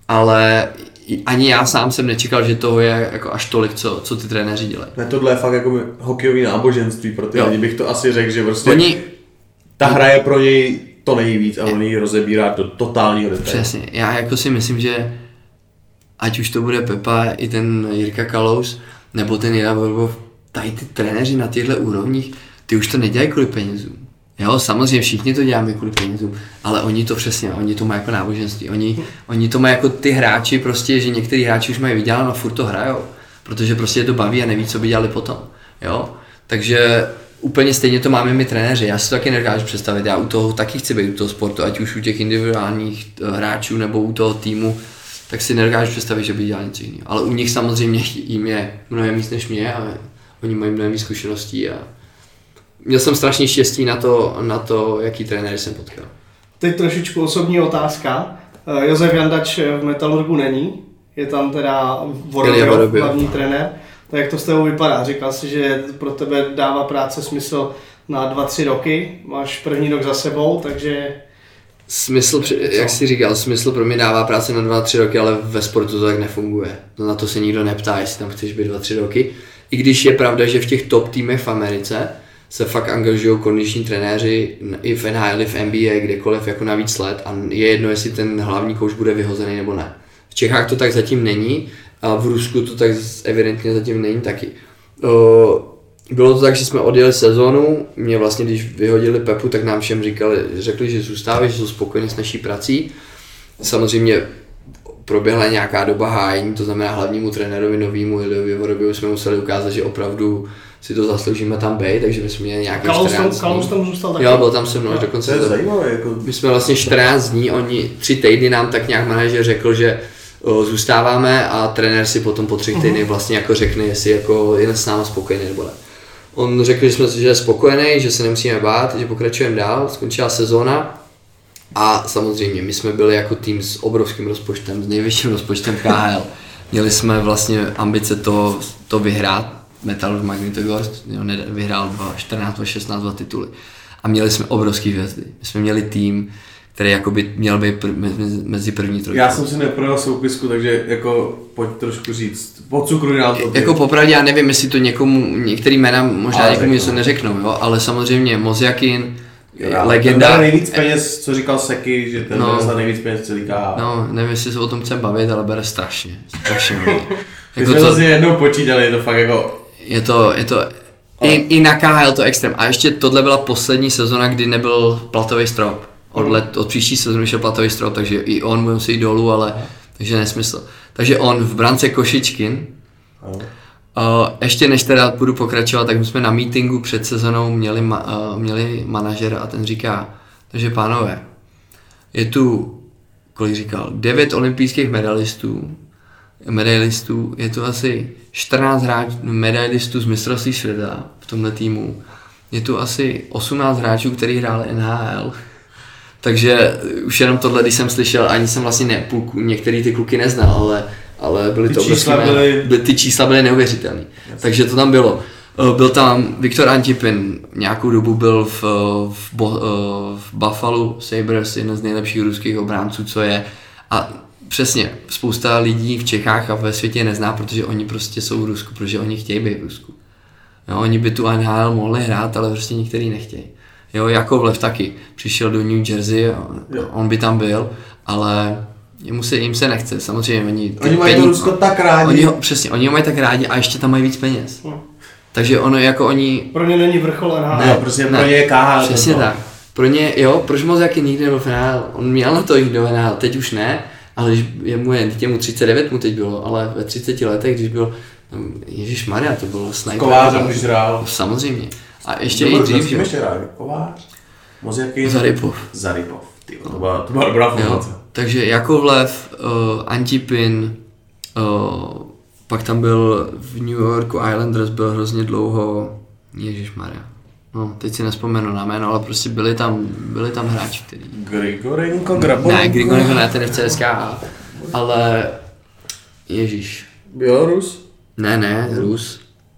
ale ani já sám jsem nečekal, že toho je jako až tolik, co ty trenéři dělají. Ne, tohle je fakt jako hokejový náboženství pro ty lidi, bych to asi řekl, že prostě ta hra je pro něj to nejvíc a on ji rozebírá do totálního detailu. Přesně, já jako si myslím, že ať už to bude Pepa i ten Jirka Kalous, nebo ten Jira Borbov, tady ty trenéři na těchto úrovních, ty už to nedělají kvůli penězům. Jo, samozřejmě všichni to děláme kvůli penězům, ale oni to přesně, oni to mají jako náboženství, oni to mají jako ty hráči prostě, že některý hráči už mají vyděláno a furt to hrajou, protože prostě je to baví a neví, co by dělali potom, jo. Takže úplně stejně to máme my trenéři, já si to taky nedokážu představit, já u toho taky chci být u toho sportu, ať už u těch individuálních hráčů nebo u toho týmu, tak si nedokážu představit, že by dělali něco jiného. Ale u nich samozřejmě jim je mnohem víc než mě a oni mají mnohem víc zkušeností a měl jsem strašně štěstí na to, jaký trenéry jsem potkal. Teď trošičku osobní otázka. Josef Jandač v Metalurgu není, je tam teda Vorobjov, hlavní trenér. Tak jak to s tebou vypadá? Říkal jsi, že pro tebe dává práce smysl na 2-3 roky, máš první rok za sebou, takže... Jak jsi říkal, smysl pro mě dává práce na 2-3 roky, ale ve sportu to tak nefunguje. Na to se nikdo neptá, jestli tam chceš být 2-3 roky. I když je pravda, že v těch top týmech v Americe se fakt angažují kondiční trenéři i v NHL, i v NBA, kdekoliv jako na víc let a je jedno, jestli ten hlavní kouč bude vyhozený nebo ne. V Čechách to tak zatím není a v Rusku to tak evidentně zatím není taky. Bylo to tak, že jsme odjeli sezónu, mě vlastně když vyhodili Pepu, tak nám všem řekli, že zůstávají, že jsou spokojeni s naší prací. Samozřejmě proběhla nějaká doba hájení, to znamená hlavnímu trenérovi novému Iliovi Vorobjovu jsme museli ukázat, že opravdu si to zasloužíme tam být, takže my jsme měli nějaký 14 dní. Kalous tam zůstal taky? Jo, byl tam se mnou až do konce. To je zajímavé. Jako... My jsme vlastně 14 dní, 3 týdny nám tak nějak manažer řekl, že zůstáváme a trenér si potom po 3 týdnech vlastně jako řekne, jestli jako je s náma spokojený nebo ne. On řekl, že je spokojený, že se nemusíme bát, že pokračujeme dál, skončila sezóna a samozřejmě my jsme byli jako tým s obrovským rozpočtem, s nejvyšším rozpočtem KHL. Měli jsme vlastně ambice to vyhrát, Metalurg Magnitogorsk vyhrál 14-16 2 tituly a měli jsme obrovský hvězdy. My jsme měli tým, který jakoby měl být mezi první trojkou. Já jsem si neprojel soupisku, takže jako pojď trošku říct, pocukruj nám to. Jako popravdě já nevím, jestli to některý jména možná někomu něco neřeknou, jo, ale samozřejmě Mozjakin, legenda. Ten nejvíc peněz, co říkal Seky, že ten bere nejvíc peněz celý KHL. No, nevím, jestli se o tom chcem bavit, ale bere strašně hodně. My jsme to si jednou počítali, je to fakt jako... Je to i na KHL to extrém. A ještě tohle byla poslední sezona, kdy nebyl platový strop. Od příští sezóny šel platový strop, takže i on bude muset jít dolů, ale takže nesmysl. Takže on v brance Košičkin, ještě než teda budu pokračovat, tak my jsme na meetingu před sezónou měli manažera a ten říká, takže pánové, je tu, kolik říkal, 9 olympijských medailistů, je tu asi 14 medailistů z mistrovství světa v tomhle týmu, je tu asi 18 hráčů, kteří hráli NHL. Takže už jenom tohle, když jsem slyšel, ani jsem vlastně některý ty kluky neznal, ale byly to obrovské ty čísla byly neuvěřitelné. Takže to tam bylo. Byl tam Viktor Antipin, nějakou dobu byl v Buffalo Sabres, jeden z nejlepších ruských obránců, co je. A přesně, spousta lidí v Čechách a ve světě nezná, protože oni prostě jsou v Rusku, protože oni chtějí být v Rusku. Jo, oni by tu NHL mohli hrát, ale prostě některý nechtějí. Jo, Jakovlev taky přišel do New Jersey, on by tam byl, ale jim se nechce, samozřejmě. Oni mají to Rusko tak rádi. Oni ho mají tak rádi a ještě tam mají víc peněz. Takže ono jako oni... Pro ně není vrchol NHL. Ne, prostě pro ně je KHL. Přesně tak. Pro ně, jo, proč Mozjaky nikdy nebyl v NHL? On měl na to jít do NHL, teď už ne, ale když mu 39 mu teď bylo, ale ve 30 letech, když byl, ježišmarja, to bylo sniper. Kovářem už hrál. Samozřejmě. A ještě i dřív, že? Ještě hrál Kovář, Mozjakin, Zaripov. To byla dobrá formace. Takže Jakovlev, Antipin, pak tam byl v New Yorku Islanders, byl hrozně dlouho, ježišmarja. No, teď si nespomenu na jméno, ale prostě byli tam hráči, kteří... Grigorenko, Grabonko. Ne, Grigorenko ne, ten je v CSKA, ale ježíš. Bělorus? Ne, Rus.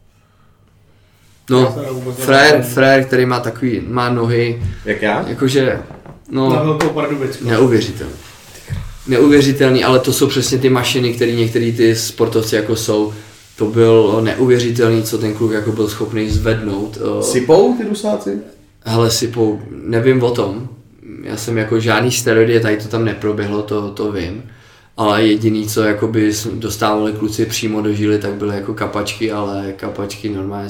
No, frajer, který má nohy. Jak já? Jakože, no... Na Velkou Pardubicku. Neuvěřitelný. neuvěřitelný, ale to jsou přesně ty mašiny, které některý ty sportovci jako jsou. To bylo neuvěřitelný, co ten kluk jako byl schopný zvednout. Sypou ty rusáci? Hele, sypou, nevím o tom. Já jsem jako žádný steroidy, tady to tam neproběhlo, to vím. Ale jediný, co jakoby dostávali kluci přímo do žíly, tak byly jako kapačky, ale kapačky normálně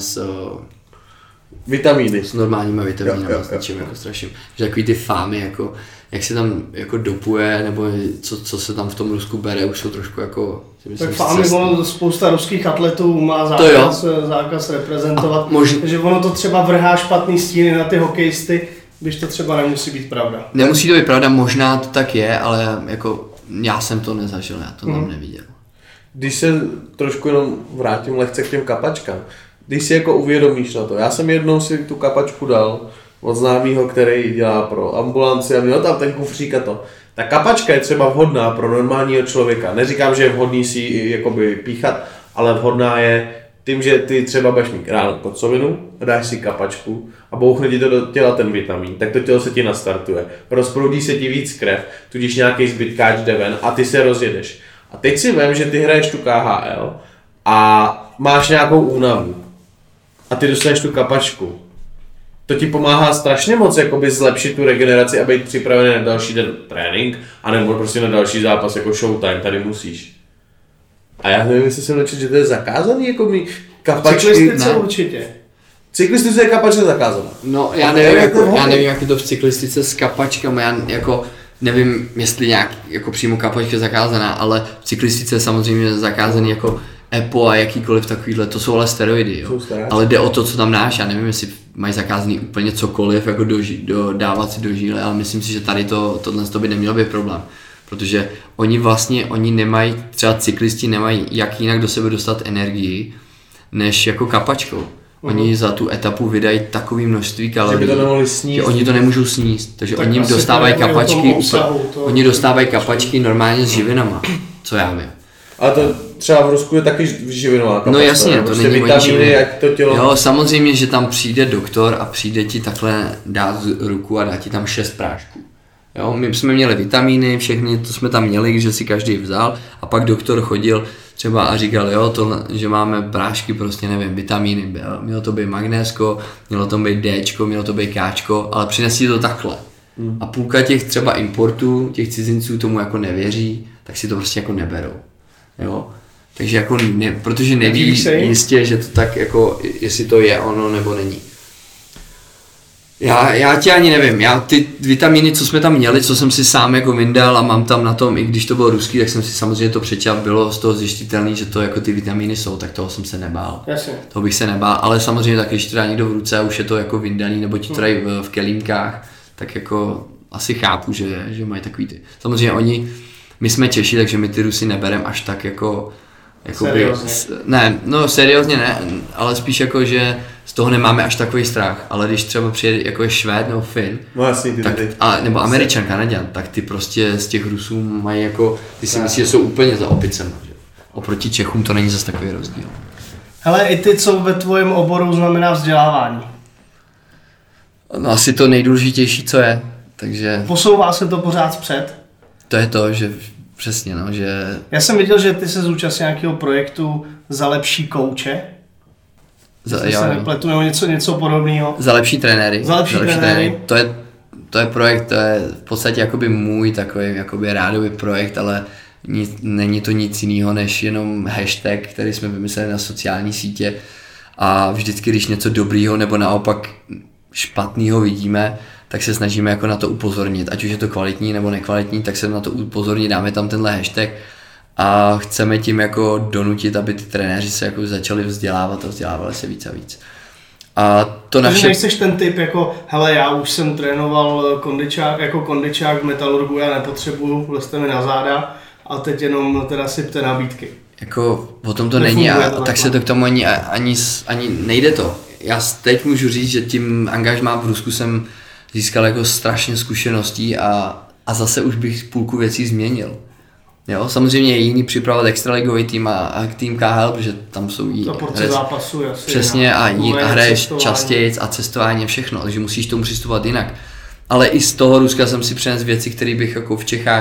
Vitamíny. S normálníma vitamínama, s ničím jako straším. Že takový ty fámy, jako, jak se tam jako dopuje, nebo co se tam v tom Rusku bere, už jsou trošku jako... Tak fámy, ono spousta ruských atletů má zákaz reprezentovat, takže ono to třeba vrhá špatný stíny na ty hokejisty, když to třeba nemusí být pravda. Nemusí to být pravda, možná to tak je, ale jako já jsem to nezažil, já to tam neviděl. Když se trošku jenom vrátím lehce k těm kapačkám, když si jako uvědomíš na to, já jsem jednou si tu kapačku dal od známého, který dělá pro ambulanci a měl tam ten kufřík a to. Ta kapačka je třeba vhodná pro normálního člověka. Neříkám, že je vhodný si ji jakoby píchat, ale vhodná je tím, že ty třeba budeš mít ráno kocovinu, dáš si kapačku a bouchne ti to do těla ten vitamin, tak to tělo se ti nastartuje. Rozproudí se ti víc krev, tudíž nějaký zbytkáč jde ven a ty se rozjedeš. A teď si vem, že ty hraješ tu KHL a máš nějakou únavu a ty dostaneš tu kapačku. To ti pomáhá strašně moc jakoby zlepšit tu regeneraci a být připravený na další den trénink, anebo prostě na další zápas jako showtime, tady musíš. A já nevím, jestli jsem načet, že to je zakázaný, jako mi kapačky... Cyklistice určitě. Cyklistice je kapačka zakázaná. No, já nevím, jak je to v cyklistice s kapačkami, já jako nevím, jestli nějak jako přímo kapačka je zakázaná, ale v cyklistice je samozřejmě zakázaný jako EPO a jakýkoliv takovýhle, to jsou ale steroidy, jo. Ale jde o to, co tam máš, já nevím, jestli mají zakázaný úplně cokoliv, jako dávat si do žíle, ale myslím si, že tady tohle by nemělo být problém. Protože oni nemají, třeba cyklisti nemají jak jinak do sebe dostat energii, než jako kapačkou. Oni za tu etapu vydají takové množství kalorií, že oni to nemůžou sníst, takže oni dostávají kapačky, oni dostávají kapačky normálně s živinama, co já vím. A to třeba v Rusku je taky živinová kapačka. No jasně, to není vitamíny, jak to tělo... Jo, samozřejmě, že tam přijde doktor a přijde ti takhle dát ruku a dá ti tam 6 prášků. Jo, my jsme měli vitamíny, všechny to jsme tam měli, že si každý vzal a pak doktor chodil třeba a říkal, jo, že máme prášky, prostě nevím, vitamíny, mělo to být magnésko, mělo to být Dčko, mělo to být Kčko, ale přinesí to takhle. A půlka těch třeba importů, těch cizinců tomu jako nevěří, tak si to prostě jako neberou. Jo. Takže jako protože neví jistě, že to tak jako, jestli to je ono nebo není. Já ti ani nevím, já ty vitamíny, co jsme tam měli, co jsem si sám jako vyndal a mám tam na tom, i když to bylo ruský, tak jsem si samozřejmě to přečal, bylo z toho zjištitelný, že to jako ty vitamíny jsou, tak toho jsem se nebál. Jasně. Toho bych se nebál, ale samozřejmě tak, když to dá někdo v ruce a už je to jako vyndaný, nebo ti to dají v kelímkách, tak jako asi chápu, že mají takový ty. Samozřejmě my jsme Češi, takže my ty Rusy nebereme až tak jako seriózně ne, ale spíš jako, že z toho nemáme až takový strach, ale když třeba přijede jako je Švéd nebo Fin, nebo Američan, Kanaďan, tak ty prostě z těch Rusů mají jako, ty si myslíš, že jsou úplně za opicem, že? Oproti Čechům to není zase takový rozdíl. Hele, i ty, co ve tvojem oboru znamená vzdělávání? No asi to nejdůležitější, co je, takže... Posouvá se to pořád zpřed? To je to, že přesně, no, že... Já jsem viděl, že ty se zúčastnil nějakého projektu za lepší kouče. Se nepletu, nebo něco podobného. Za lepší trenéry. Za lepší trenéry. To je projekt, to je v podstatě jakoby můj takový jakoby rádový projekt, ale není to nic jiného než jenom hashtag, který jsme vymysleli na sociální sítě a vždycky, když něco dobrýho nebo naopak špatného vidíme, tak se snažíme jako na to upozornit, ať už je to kvalitní nebo nekvalitní, tak se na to upozornit, dáme tam tenhle hashtag a chceme tím jako donutit, aby ty trenéři se jako začali vzdělávat a vzdělávali se víc a víc. A to naše... Takže nejseš ten typ jako, hele, já už jsem trénoval kondičák v Metalurgu, já nepotřebuju, vlezte mi na záda a teď jenom teda sypte nabídky. Jako o tom to není a tak se to k tomu ani nejde to. Já teď můžu říct, že tím angažmá v Rusku jsem získal jako strašně zkušeností a zase už bych půlku věcí změnil. Jo, samozřejmě je jiný připravovat extraligový tým a tým KHL, protože tam jsou zápasů, jasně. Přesně a hraješ častěji a cestování a všechno, takže musíš tomu přistupovat jinak. Ale i z toho Ruska jsem si přinesl věci, které bych jako v Čechách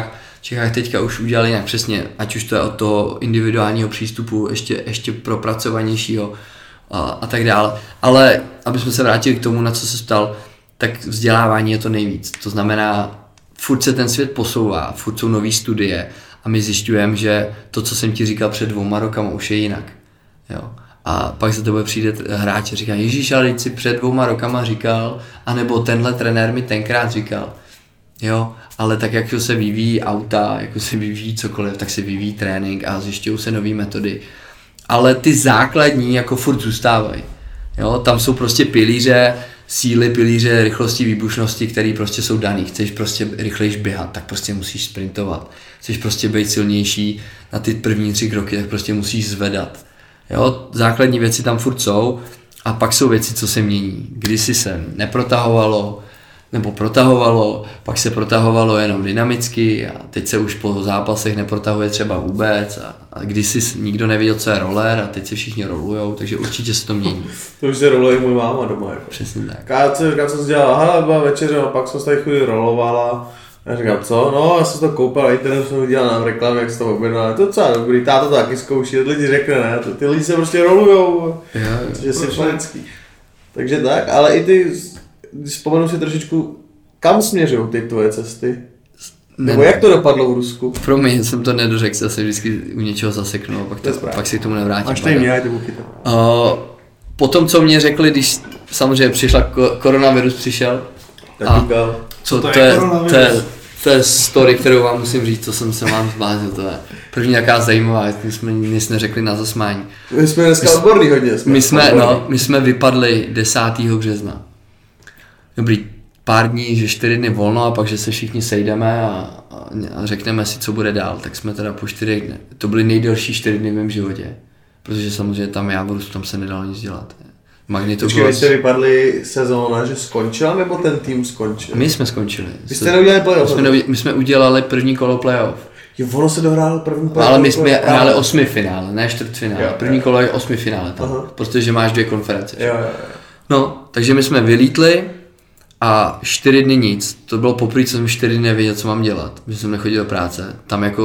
Čechách teďka už udělali nějak přesně, ať už to je od toho individuálního přístupu ještě propracovanějšího a tak dále. Ale aby jsme se vrátili k tomu, na co se ptal, tak vzdělávání je to nejvíc. To znamená, furt se ten svět posouvá, furt jsou nový studie a my zjišťujeme, že to, co jsem ti říkal před 2 rokama, už je jinak. Jo. A pak za tebe přijde hráč a říká, Ježíš, ale teď si před 2 rokama říkal, anebo tenhle trenér mi tenkrát říkal. Jo, ale tak jak se vyvíjí auta, jako se vyvíjí cokoliv, tak se vyvíjí trénink a zjišťují se nové metody. Ale ty základní jako furt zůstávají. Jo, tam jsou prostě pilíře síly, pilíře rychlosti, výbušnosti, které prostě jsou daný. Chceš prostě rychlejš běhat, tak prostě musíš sprintovat. Chceš prostě být silnější na ty první 3 kroky, tak prostě musíš zvedat. Jo, základní věci tam furt jsou a pak jsou věci, co se mění. Kdysi se neprotahovalo, nebo protahovalo, pak se protahovalo jenom dynamicky a teď se už po zápasech neprotahuje třeba vůbec a kdysi nikdo nevěděl, co je roller a teď se všichni rolujou, takže určitě se to mění. To už se roluje můj máma doma. Jako. Přesně tak. Já jsem si dělal, byla večeře a pak jsem se tady chvíli rolovala. Já říkám, co? No, já jsem to koupil na internetu, jsem viděl na reklamě, jak se to objednal. To docela dobrý, táta to taky zkouší, lidi řekne, ne? Ty lidi se prostě rolujou, což je symfonický. Takže tak, ale i ty, když vzpomenu si trošičku, kam směřují ty tvoje cesty? Nebo jak to dopadlo v Rusku? Pro mě jsem to nedořekl, se vždycky u něčeho zaseknu a pak si k tomu nevrátím. Až tady mě, ty buky tam. Potom, co mě řekli, když samozřejmě koronavirus přišel. To je story, kterou vám musím říct, co jsem se vám zbláznil, to je první jaká zajímavá, my jsme nic neřekli na zasmání. My jsme dneska odborný hodně. My jsme vypadli 10. března. Dobrý, pár dní, že 4 dny volno a pak, že se všichni sejdeme a řekneme si, co bude dál, tak jsme teda po 4 dny, to byly nejdelší 4 dny v mém životě, protože samozřejmě tam tam se nedalo nic dělat. Počkej, vy jste vypadli sezóna, že skončila, nebo ten tým skončil? My jsme skončili. Vy jste neudělali playoff? My jsme udělali první kolo playoff. Jo, ono se dohrálo první playoff. Ale my jsme hráli 8 finále, ne čtvrtfinále. První kolo je 8 finále tam, protože máš 2 konference. Jo. No, takže my jsme vylítli a 4 dny nic. To bylo poprvé, co jsem 4 dny nevěděl, co mám dělat. Že jsem nechodil do práce.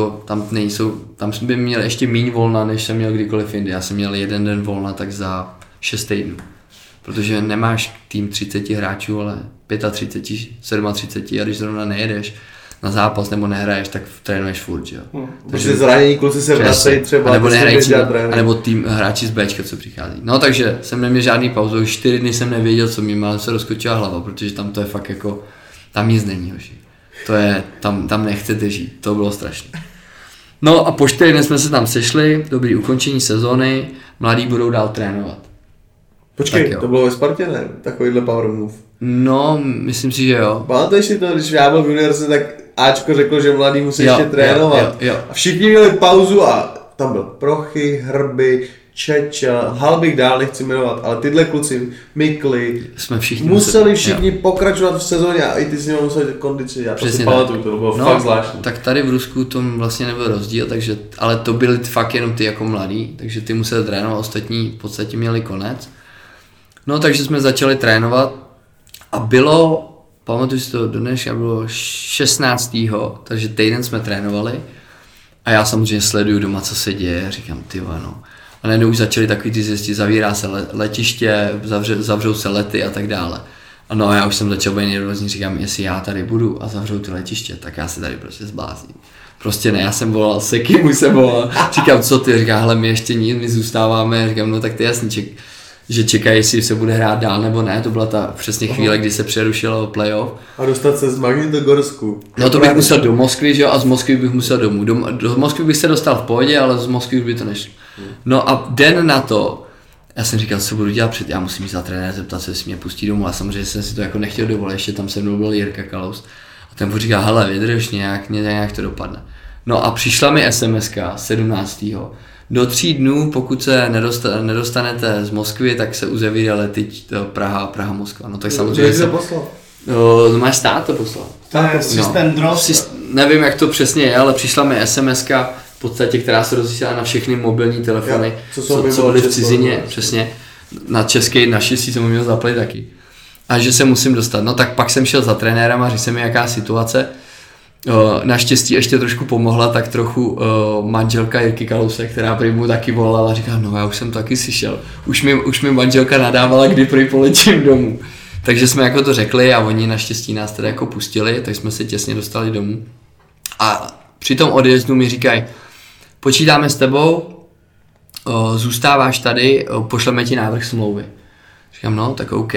Tam by měl ještě míň volna, než jsem měl kdykoliv jindy. Já jsem měl 1 den volna tak za 6 týdnů. Protože nemáš tým 30 hráčů, ale 35, 37 a když zrovna nejedeš na zápas nebo nehraješ, tak trénuješ furt, že jo. Takže zranění kluci se vracejí třeba, nebo tým hráči z Bčka, co přichází. No takže jsem neměl žádný pauzu, 4 dny jsem nevěděl, co mi má, se rozkočila hlava, protože tam to je fakt jako, tam nic není, hoši. To je, tam nechcete žít, to bylo strašné. No a po 4 dny jsme se tam sešli, dobrý ukončení sezóny, mladí budou dál trénovat. Počkej, to bylo ve Spartě, ne? Takovýhle power move. No, myslím si, že jo. Pamatuješ si to, když já byl v juniorce, tak Ačko řekl, že mladý musí ještě trénovat. Jo. A všichni měli pauzu a tam byl Prochy, Hrby, Čeča, Halbik dál nechci jmenovat, ale tyhle kluci, Mikly, museli všichni pokračovat v sezóně a i ty s nimi museli kondici dělat. Přesně to pamatuju, to bylo fakt zvláštní. Tak tady v Rusku to vlastně nebyl rozdíl, takže, ale to byli fakt jenom ty jako mladí, takže ty museli trénovat, ostatní v podstatě měli konec. No takže jsme začali trénovat a bylo, pamatuju si to do dneška, bylo 16. takže týden jsme trénovali a já samozřejmě sleduju doma, co se děje, říkám no. A najednou už začaly takový ty zjistí, zavírá se letiště, zavřou se lety a tak dále. A no a já už jsem začal být nervózní, říkám, jestli já tady budu a zavřou ty letiště, tak já se tady prostě zblázním. Prostě ne, já jsem volal, Sekimu jsem volal, říkám, co ty, říká, hele, my ještě nic, my zůstáváme, říkám, no tak to je jasný, že čekají, jestli se bude hrát dál nebo ne, to byla ta přesně chvíle, kdy se přerušilo playoff. A dostat se z Magnitogorsku. No to bych musel do Moskvy, že jo, a z Moskvy bych musel domů. Do Moskvy bych se dostal v pohodě, ale z Moskvy už by to nešlo. No a den na to, já jsem říkal, co budu dělat já musím jít za trenéra, zeptat se, jestli mě pustí domů, a samozřejmě jsem si to jako nechtěl dovolit, ještě tam se mnou byl Jirka Kalous. A ten mu říká, hele, vydrž nějak to dopadne. No a přišla mi SMS-ka 17. Do 3 dnů, pokud se nedostanete z Moskvy, tak se uzavírá lety Praha, Moskva. No tak samozřejmě se poslal. No, máš stát to poslal. Systém DROS. Nevím, jak to přesně je, ale přišla mi SMS-ka, v podstatě, která se rozesílá na všechny mobilní telefony, co byly v cizině, přesně. Na český, naštěstí jsem měl zaplatit taky. A že se musím dostat. No tak pak jsem šel za trenérem a řekl jsem mi, jaká situace. Naštěstí ještě trošku pomohla tak trochu manželka Jirky Kalouse, která prý mu taky volala a říká, no já už jsem taky slyšel. Už mi manželka nadávala, kdy prý poletím domů. Takže jsme jako to řekli a oni naštěstí nás teda jako pustili, tak jsme se těsně dostali domů. A při tom odjezdu mi říkají, počítáme s tebou, zůstáváš tady, pošleme ti návrh smlouvy. Říkám, no tak OK.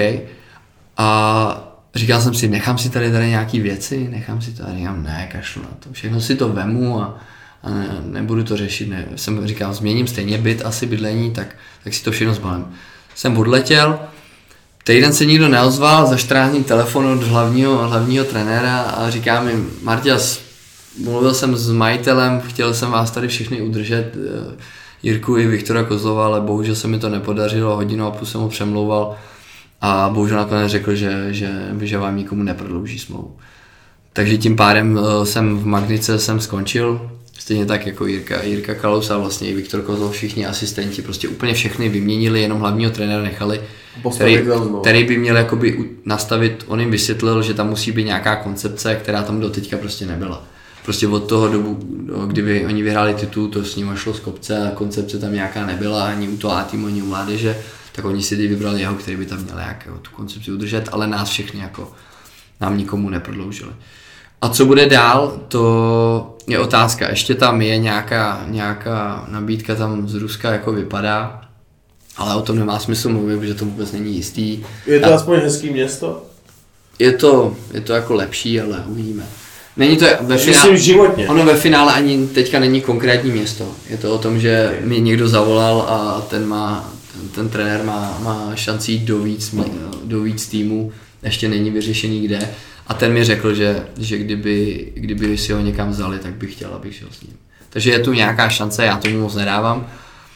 A říkal jsem si, nechám si tady nějaký věci, říkám, ne, kašlu na to, všechno si to vemu a nebudu to řešit, jsem říkal, změním stejně byt, asi bydlení, tak si to všechno zbalím. Jsem odletěl, týden se nikdo neozval, za 14 dní telefon od hlavního trenéra a říká mi, Marťas, mluvil jsem s majitelem, chtěl jsem vás tady všechny udržet, Jirku i Viktora Kozlova, ale bohužel se mi to nepodařilo, 1,5 hodiny jsem ho přemlouval a bohužel nakonec řekl, že vám nikomu neprodlouží smlouvu. Takže tím pádem jsem v Magnice skončil, stejně tak jako Jirka Kalous a vlastně i Viktor Kozlov, všichni asistenti, prostě úplně všechny vyměnili, jenom hlavního trenéra nechali, který by měl jakoby nastavit, on jim vysvětlil, že tam musí být nějaká koncepce, která tam do teďka prostě nebyla. Prostě od toho dobu, kdyby oni vyhráli titul, to s ním šlo z kopce a koncepce tam nějaká nebyla, ani u toho týmu, ani u mládeže, tak oni si vybrali jeho, který by tam měl nějakou tu koncepci udržet, ale nás všechny jako nám nikomu neprodloužili. A co bude dál, to je otázka. Ještě tam je nějaká nabídka tam z Ruska jako vypadá, ale o tom nemá smysl mluvit, protože to vůbec není jistý. Je to aspoň hezký město? Je to jako lepší, ale uvidíme. Není to ve finále, myslím životně. Ono ve finále ani teďka není konkrétní město. Je to o tom, že mi někdo zavolal a ten trenér má šanci jít do víc týmů, ještě není vyřešený kde. A ten mi řekl, že kdyby si ho někam vzali, tak bych chtěl, abych šel s ním. Takže je tu nějaká šance, já tomu moc nedávám.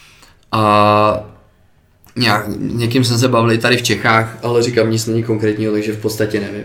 A někým jsem se bavil i tady v Čechách, ale říkám, nic není konkrétního, takže v podstatě nevím.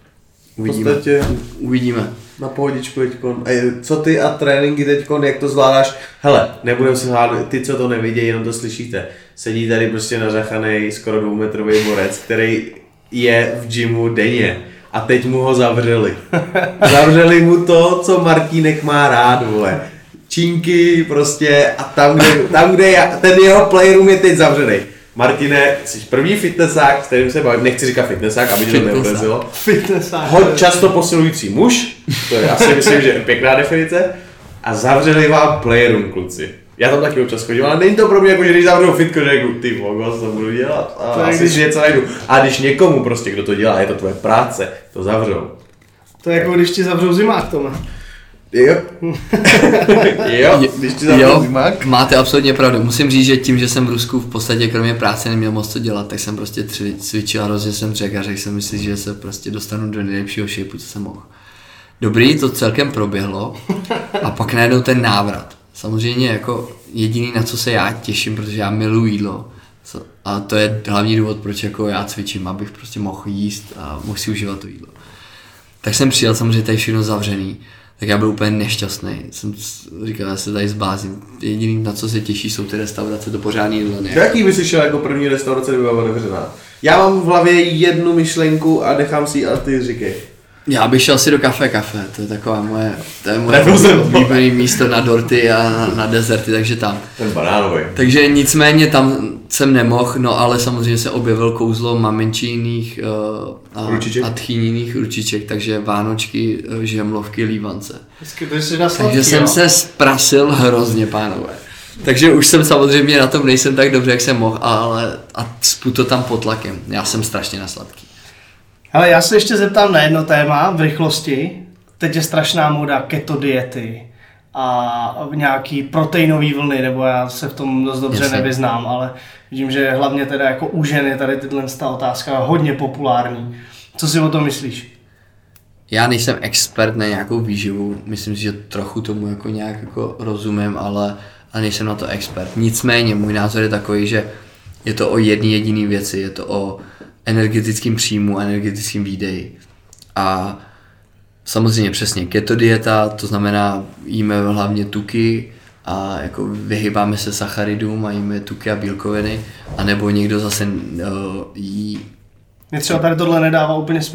Uvidíme. Na pohodičku teďkon. Co ty a tréninky teďkon, jak to zvládáš? Hele, nebudem si hádat, ty, co to nevidějí, jenom to slyšíte. Sedí tady prostě nařachanej skoro 2metrový borec, který je v gymu denně. A teď mu ho zavřeli. Zavřeli mu to, co Martínek má rád, vole. Čínky prostě a tam, kde ten jeho playroom je teď zavřený. Martine, jsi první fitnessák, s kterým se bavím, nechci říkat fitnessák, aby tě to neurazilo. Často posilující muž, to je asi myslím, že pěkná definice. A zavřeli vám playroom, kluci. Já tam taky občas chodím, ale není to pro mě jako, že když zavřou fitko, že řeknu, ty vogo, co budu dělat a asi si něco najdu. A když někomu prostě, kdo to dělá, je to tvoje práce, to zavřou. To je jako když ti zavřou zimák, Tome. Jo, když ti zavřou zimák. Máte absolutně pravdu. Musím říct, že tím, že jsem v Rusku v podstatě kromě práce neměl moc co dělat, tak jsem prostě cvičil a hrozně jsem řekl a řekl jsem si, že se prostě dostanu do nejlepšího shapeu, co jsem mohl. Dobrý, to celkem proběhlo a pak najednou ten návrat. Samozřejmě jako jediný, na co se já těším, protože já miluji jídlo a to je hlavní důvod, proč jako já cvičím, abych prostě mohl jíst a mohl si užívat to jídlo. Tak jsem přijel, samozřejmě tady všechno zavřený, tak já byl úplně nešťastný. Jsem říkal, já se tady zblázním. Jediný, na co se těší, jsou ty restaurace, to pořádný jídlo. Jaký bys šel jako první restaurace, kdyby byla otevřená? Já mám v hlavě jednu myšlenku a nechám si ji a ty říkej. Já bych šel si do kafe, to je taková moje oblíbené místo na dorty a na dezerty, takže tam. Ten banánový. Takže nicméně tam jsem nemohl, no ale samozřejmě se objevil kouzlo maminčinných a tchýniných ručiček, takže vánočky, žemlovky, lívance. Takže jsem se zprasil hrozně, pánové. Takže už jsem samozřejmě na tom nejsem tak dobře, jak jsem mohl, ale spu to tam pod tlakem. Já jsem strašně na sladký. Ale já se ještě zeptám na jedno téma v rychlosti. Teď je strašná móda keto diety a nějaký proteinové vlny, nebo já se v tom dost dobře nevyznám, ale vidím, že hlavně teda jako u žen je tady ta otázka hodně populární. Co si o tom myslíš? Já nejsem expert na nějakou výživu, myslím si, že trochu tomu jako nějak jako rozumím, ale nejsem na to expert. Nicméně můj názor je takový, že je to o jedné jediné věci, je to o energetickým příjmu, energetickým výdeji. A samozřejmě přesně keto dieta, to znamená jíme hlavně tuky a jako vyhýbáme se sacharidům a jíme tuky a bílkoviny, anebo někdo zase jí... Mně třeba tady tohle nedává úplně smysl.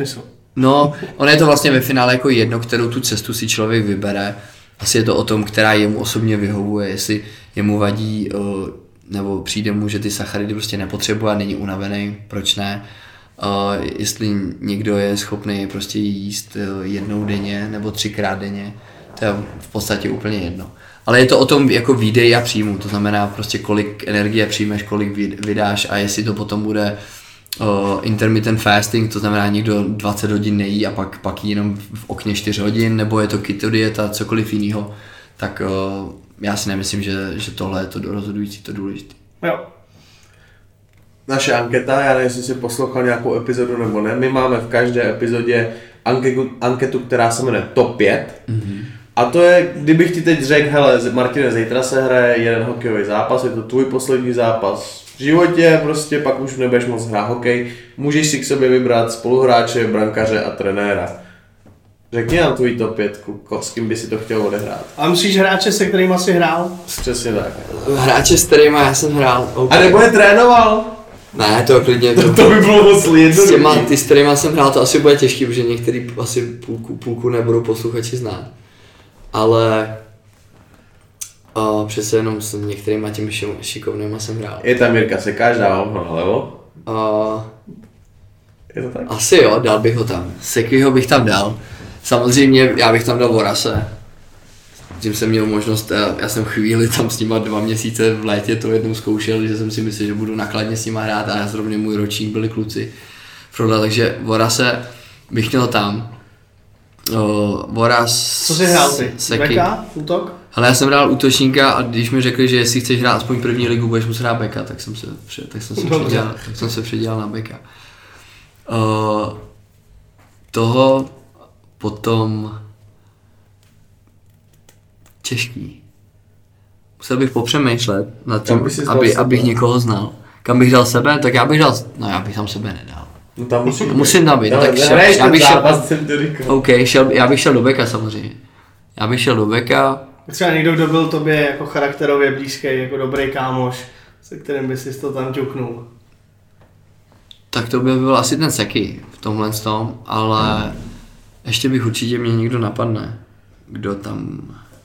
No, ono je to vlastně ve finále jako jedno, kterou tu cestu si člověk vybere. Asi je to o tom, která jemu osobně vyhovuje, jestli jemu vadí, nebo přijde mu, že ty sacharidy prostě nepotřebuje a není unavený, proč ne. Jestli někdo je schopný prostě jíst jednou denně nebo 3krát denně, to je v podstatě úplně jedno. Ale je to o tom jako výdej a příjmu, to znamená prostě kolik energie přijmeš, kolik vydáš a jestli to potom bude intermittent fasting, to znamená někdo 20 hodin nejí a pak jí jenom v okně 4 hodin, nebo je to keto dieta, cokoliv jiného, tak já si nemyslím, že tohle je to rozhodující, to důležité. Jo. Naše anketa, já nevím, jestli jsi poslouchal nějakou epizodu nebo ne, my máme v každé epizodě anketu, která se jmenuje Top 5. Mm-hmm. A to je, kdybych ti teď řekl, hele, Martine, zítra se hraje jeden hokejový zápas, je to tvůj poslední zápas v životě, prostě pak už nebudeš moc hrát hokej, můžeš si k sobě vybrat spoluhráče, brankaře a trenéra. Řekni nám tvůj top 5, s kým by si to chtěl odehrát. A myslíš hráče, se kterými jsi hrál? Přesně tak. Hráče, s kterými já jsem hrál. Okay. A nebo je trénoval? Ne, to klidně. To by bylo moc jednoduché. S kterými jsem hrál, to asi bude těžký, protože některý asi půlku nebudou posluchači znát. Ale přece jenom s některýma těmi šikovnýma jsem hrál. Je tam Jirka Sekáš, dávám ho nalevo. Je to tak? Asi jo, dal bych ho tam. Sekyho bych tam dal. Samozřejmě já bych tam dal Vorase. Tím jsem měl možnost, já jsem chvíli tam s nima 2 měsíce v létě to jednou zkoušel, že jsem si myslel, že budu nakladně s nima hrát a já zrovna můj ročník byli kluci. Takže Vorase bych měl tam. Voraz. Co jsi hrál ty? Beka? Útok? Ale já jsem hrál útočníka a když mi řekli, že jestli chceš hrát aspoň první ligu, budeš muset hrát beka, tak jsem se předělal na beka. Toho potom těžký. Musel bych popřemýšlet nad tím, abych někoho znal. Kam bych dal sebe, tak já bych tam sebe nedal. No tam musím tam být, tak já bych šel do beka samozřejmě. Já bych šel do beka. Třeba někdo, kdo byl tobě jako charakterově blízký, jako dobrý kámoš, se kterým by si to tam ťuknul. Tak to by byl asi ten Seky v tomhle tom, ale ještě bych určitě mě někdo napadne, kdo tam...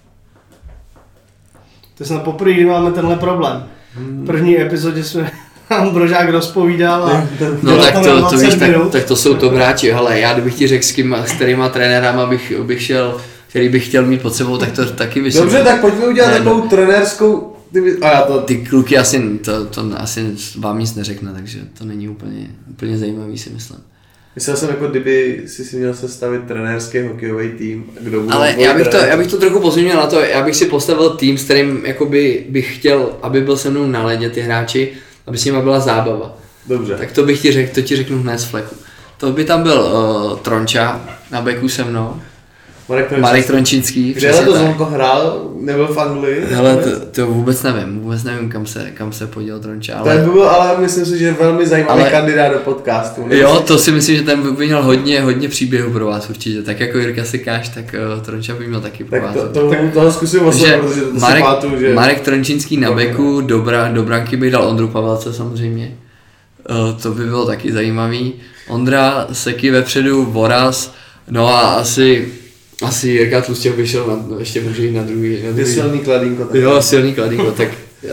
To je snad poprvé, kdy máme tenhle problém. V první epizodě jsme nám Brožák rozpovídal a no tak to víš, tak to jsou to hráči, hele, já kdybych ti řekl s kterýma trenérama bych šel, který bych chtěl mít pod sebou, tak to taky vysvětlím. Dobře, tak pojďme udělat takovou trenérskou... Ty kluky asi, to asi vám nic neřekne, takže to není úplně zajímavý, si myslím. Myslel jsem, jako kdyby si měl sestavit trenérský hokejový tým, kdo bude... Ale já bych to trochu pozměnil na to, já bych si postavil tým, s kterým jakoby bych chtěl, aby byl se mnou na ledě ty hráči, aby s nima byla zábava. Dobře. Tak to bych ti řekl, to ti řeknu hned z fleku. To by tam byl Tronča na beku se mnou. Marek Trončinský. Kde to Zonko hrál? Nebyl v Anglii? Hele, to vůbec nevím, kam se poděl Tronča. Ale... To by byl, ale myslím si, že je velmi zajímavý kandidát do podcastu. Jo, to si myslím, že ten by měl hodně příběhů pro vás určitě. Tak jako Jirka Sekáš, tak Tronča by měl taky pro vás. Toho zkusím oslovit, protože to si pamatuju, že... Marek Trončinský na beku, do branky bych dal Ondru Pavelce samozřejmě. To by bylo taky zajímavý. Ondra, Seky vepředu, Voraz, no a asi Jirka Tlustěk by šel ještě může jít na druhý. Silný Kladínko. Jo, silný Kladínko, tak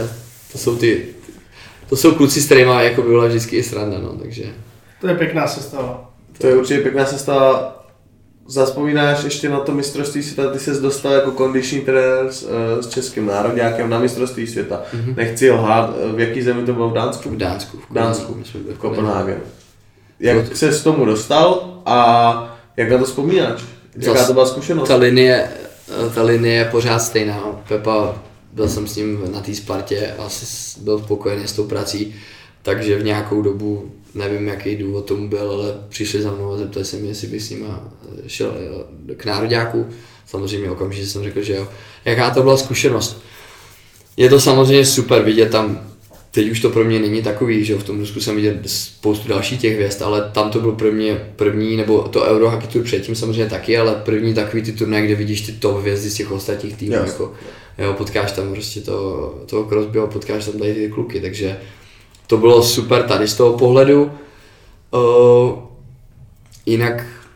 to jsou kluci, s kterýma jako byla vždycky i sranda, no, takže. To je pěkná sestava. To je určitě pěkná sestava. Zavzpomínáš ještě na to mistrovství světa, ty ses dostal jako kondiční trenér s českým národňákem na mistrovství světa. Mm-hmm. Nechci lhát, v jaký zemi to bylo v Dánsku? V Dánsku. V Kopenhágenu. Jak ses k tomu dostal a jak na to vzpomínáš? Jaká to byla zkušenost? Ta linie je pořád stejná. Pepa, byl jsem s ním na té Spartě, asi byl spokojený s tou prací, takže v nějakou dobu, nevím jaký důvod tomu byl, ale přišli za mnou a zeptali se mě, jestli bych s nima šel k nároďáku. Samozřejmě okamžitě jsem řekl, že jo. Jaká to byla zkušenost? Je to samozřejmě super vidět tam. Teď už to pro mě není takový, že v tom Rusku jsem viděl spoustu dalších těch hvězd, ale tam to byl pro mě první, nebo to Eurohockey Tour předtím samozřejmě taky, ale první takový ty turnaje, kde vidíš ty top hvězdy z těch ostatních týmů, yes. Jako, jo, potkáš tam prostě toho Crosbyho, potkáš tam tady ty kluky, takže to bylo super tady z toho pohledu. Jinak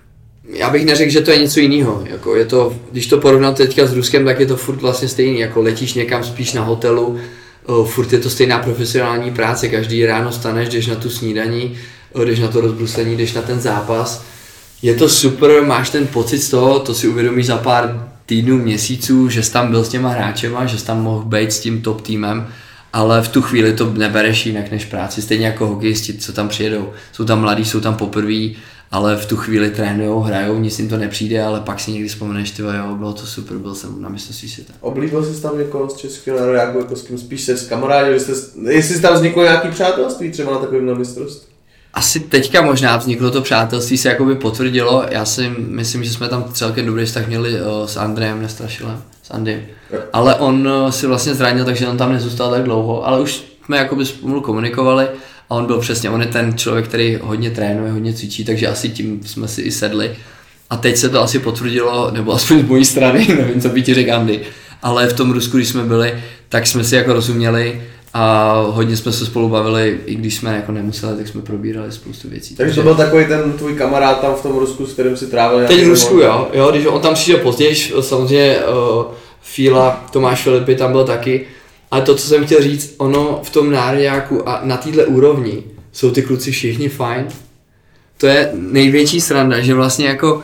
já bych neřekl, že to je něco jiného. Jako je to, když to porovnám teďka s Ruskem, tak je to furt vlastně stejný. Jako letíš někam spíš na hotelu, furt je to stejná profesionální práce. Každý ráno staneš, jdeš na tu snídaní, jdeš na to rozbruslení, jdeš na ten zápas. Je to super, máš ten pocit z toho, to si uvědomíš za pár týdnů, měsíců, že jsi tam byl s těma hráčema, že jsi tam mohl být s tím top týmem, ale v tu chvíli to nebereš jinak než práci. Stejně jako hokejisti, co tam přijedou. Jsou tam mladí, jsou tam poprví, ale v tu chvíli trénujou, hrajou, nic jim to nepřijde, ale pak si někdy vzpomeneš, ty jo, bylo to super, byl jsem na mistrovství světa. Oblíbil jsi tam někoho z českého národa, jako s kým spíš se s kamarádem, jestli jsi tam vzniklo nějaký přátelství třeba na takovém mistrovství? Asi teďka možná vzniklo to přátelství, se jakoby potvrdilo, já si myslím, že jsme tam celkem dobrý vztah měli s Andrejem Nestrašilem, s Andym. Ale on si vlastně zranil, takže on tam nezůstal tak dlouho, ale už jsme jakoby spolu komunikovali a on byl přesně, on je ten člověk, který hodně trénuje, hodně cvičí, takže asi tím jsme si i sedli. A teď se to asi potvrdilo, nebo aspoň z mojí strany, nevím, co by ti řekl Andy, ale v tom Rusku, když jsme byli, tak jsme si jako rozuměli a hodně jsme se spolu bavili, i když jsme jako nemuseli, tak jsme probírali spoustu věcí. Takže to byl takový ten tvůj kamarád tam v tom Rusku, s kterým si trávil? Teď v Rusku, jo, když on tam přišel později, samozřejmě Fíla, Tomáš Filipy tam byl taky, ale to, co jsem chtěl říct, ono v tom národňáku a na této úrovni jsou ty kluci všichni fajn. To je největší sranda, že vlastně jako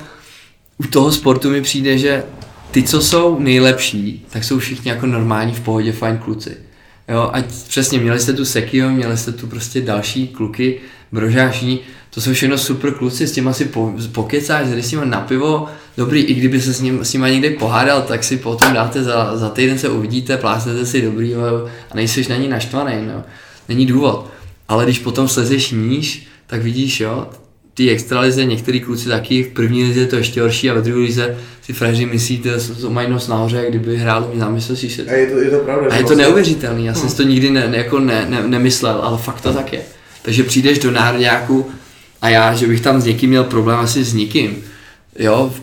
u toho sportu mi přijde, že ty, co jsou nejlepší, tak jsou všichni jako normální, v pohodě, fajn kluci. Jo, ať přesně, měli jste tu Sekiho, měli jste tu prostě další kluky, Brožáší, to jsou všechno super kluci, s těma si pokecáš, jdeš s nima na pivo, dobrý, i kdyby se s nima někdy pohádal, tak si potom dáte za týden se uvidíte, plásnete si dobrý a nejseš na ní naštvaný, no. Není důvod. Ale když potom slezeš níž, tak vidíš, jo, ty extralize, některý kluci taky, v první lize je to ještě horší a ve druhé lize si frajeři myslíte, že mají nos nahoře, jak kdyby hráli na mistrovství světa. A je to pravda. A je to neuvěřitelný, já jsem si to nikdy nemyslel, ale fakt to tak je. Takže přijdeš do národňáku a já, že bych tam s někým měl problém, asi s nikým. Jo,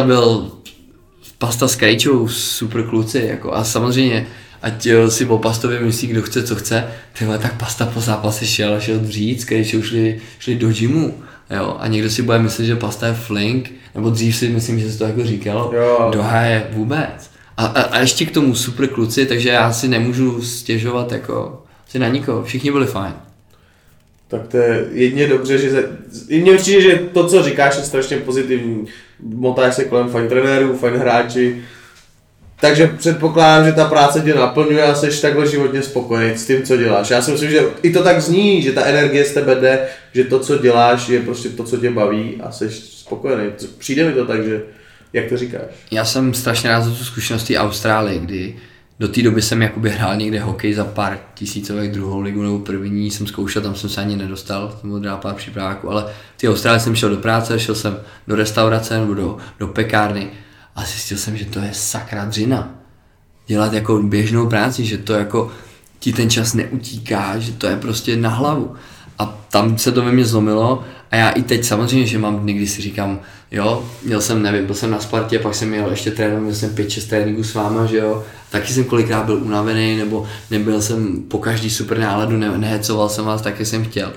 Pasta s Krejčou, super kluci, jako, a samozřejmě, ať si o Pastovi myslí, kdo chce, co chce, tyhle, tak Pasta po zápase šel dřív, s Krejčou šli do gymu. Jo, a někdo si bude myslet, že Pasta je flink, nebo dřív si myslím, že se to jako říkalo, dohaje vůbec. A ještě k tomu super kluci, takže já si nemůžu stěžovat jako si na nikoho, všichni byli fajn. Tak to je jedině dobře, že mně přijde, že to, co říkáš, je strašně pozitivní. Motáš se kolem fajn trenérů, fajn hráči. Takže předpokládám, že ta práce tě naplňuje a jsi takhle životně spokojený s tím, co děláš. Já si myslím, že i to tak zní, že ta energie z tebe jde, že to, co děláš, je prostě to, co tě baví a jsi spokojený. Přijde mi to tak, že jak to říkáš? Já jsem strašně rád za tu zkušenost té Austrálie, kdy do té doby jsem jakoby hrál někde hokej za pár tisícovek, druhou ligu nebo první jsem zkoušel, tam jsem se ani nedostal, jsem odhrál pár přípraváků, ale v té Austrálii jsem šel do práce, šel jsem do restaurace nebo do pekárny a zjistil jsem, že to je sakra dřina. Dělat jako běžnou práci, že to jako ti ten čas neutíká, že to je prostě na hlavu. A tam se to ve mně zlomilo a já i teď samozřejmě, že mám dny, kdy si říkám, jo, byl jsem na Spartě, pak jsem měl ještě trénovat, měl jsem 5-6 tréninků s váma, že jo, taky jsem kolikrát byl unavený, nebo nebyl jsem po každý super náladu, nehecoval jsem vás, taky jsem chtěl.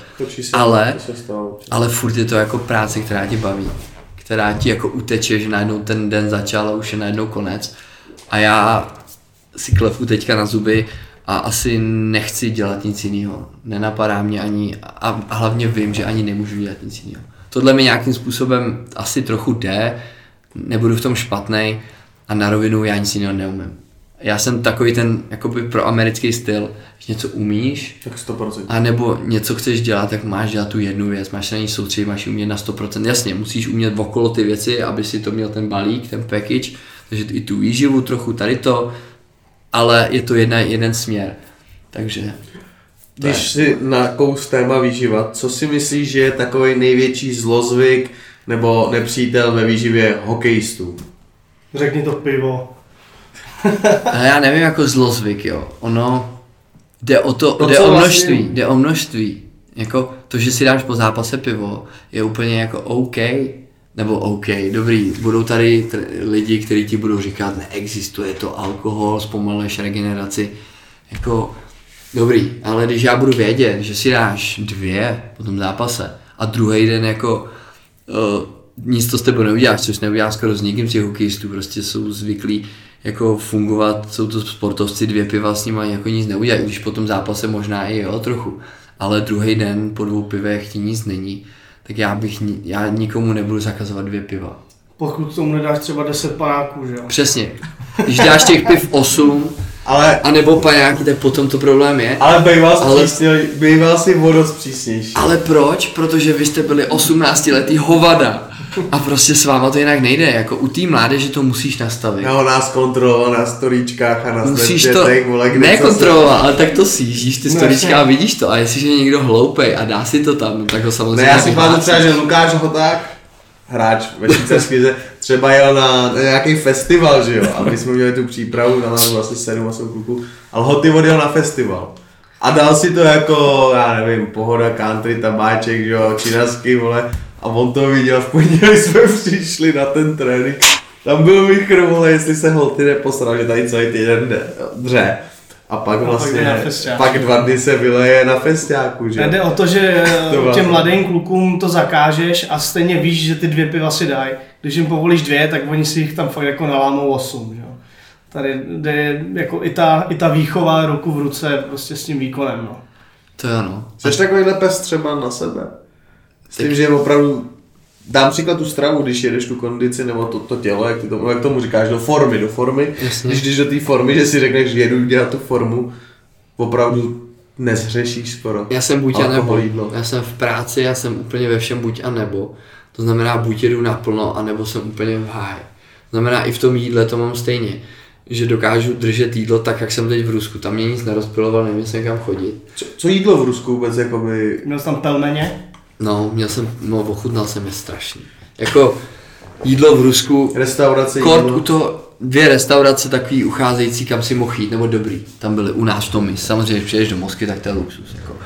Ale furt je to jako práce, která tě baví, která ti jako uteče, že najednou ten den začal a už je najednou konec. A já si klepu teďka na zuby a asi nechci dělat nic jiného. Nenapadá mě ani, a hlavně vím, že ani nemůžu dělat nic jiného. Tohle mi nějakým způsobem asi trochu jde, nebudu v tom špatnej a na rovinu já nic jiného neumím. Já jsem takový ten jakoby proamerický styl, že něco umíš, tak 100%. A nebo něco chceš dělat, tak máš dělat tu jednu věc, máš na ní soustředit, máš umět na 100%. Jasně, musíš umět okolo ty věci, aby si to měl ten balík, ten package, takže i tu výživu trochu, tady to, ale je to jeden směr, takže... Když si nakous téma výživa, co si myslíš, že je takový největší zlozvyk nebo nepřítel ve výživě hokejistů? Řekni to pivo. Já nevím, jako zlozvyk, jo. Ono jde o množství. Jako to, že si dáš po zápase pivo, je úplně jako OK. Nebo OK, dobrý, budou tady lidi, kteří ti budou říkat, neexistuje to alkohol, zpomaluješ regeneraci. Jako dobrý, ale když já budu vědět, že si dáš 2 po tom zápase a druhý den jako nic to s tebou neuděláš, což neuděláš skoro s nikým z těch hokejistů, prostě jsou zvyklí jako fungovat, jsou to sportovci, 2 piva s nimi jako nic neudělají, když po tom zápase možná i jo, trochu, ale druhý den po 2 pivech ti nic není, tak já nikomu nebudu zakazovat 2 piva. Pokud tomu nedáš třeba 10 panáků, že jo? Přesně. Když dáš těch piv 8, anebo panáky, tak potom to problém je. Ale býval si o dost přísnější. Ale proč? Protože vy jste byli 18letý hovada. A prostě s váma to jinak nejde, jako u té mládeže to musíš nastavit. No, nás kontroloval na storíčkách a na Snapchatech, vole, kde nekontroloval, ale tak to sížíš ty storíčka a vidíš to. A jestliže je někdo hloupej a dá si to tam, no, tak ho samozřejmě ne, já si pamatuju třeba, že Lukáš Hoták, hráč ve švýcarské lize, třeba jel na nějaký festival, že jo, a my jsme měli tu přípravu, tam bylo asi 7 kluků, ale Hoty odjel na festival. A dal si to jako, já nevím, pohoda, country, tabáček, že jo, činasky, vole. A on to viděl, v pondělí jsme přišli na ten trénink. Tam byl Michr, vole, jestli se Holty neposral, že tady celý týden dře. A pak vlastně, pak 2 dny se vyleje na festiáku, že? Jde o to, že těm mladým klukům to zakážeš a stejně víš, že ty 2 piva si dají. Když jim povolíš 2, tak oni si jich tam fakt jako nalámou 8, že? Tady jde jako i ta výchova ruku v ruce prostě s tím výkonem, no. To je ano. Jsi takovýhle pes třeba na sebe? S tím, že opravdu dám příklad tu stravu, když jedeš tu kondici nebo to tělo, jak tomu říkáš, do formy. Jasně. Když jdeš do té formy, že si řekneš, že jedu dělat tu formu, opravdu nezhřešíš skoro. Já jsem buď a nebo, já jsem v práci, já jsem úplně ve všem buď a nebo. To znamená, buď jedu naplno, anebo jsem úplně v háji. To znamená, i v tom jídle to mám stejně, že dokážu držet jídlo tak, jak jsem teď v Rusku. Tam mě nic nerozpiloval, nevím jsem kam chodit. Co jídlo v Rusku vůbec jakoby? Měl jsi tam pelmeně? No, ochutnal jsem je strašný. Jako jídlo v Rusku, restaurace jídlo. To 2 restaurace takový ucházející, kam si mohl jít, nebo dobrý. Tam byly u nás v tom, samozřejmě, když přijedeš do Moskvy, tak to je luxus. Jako.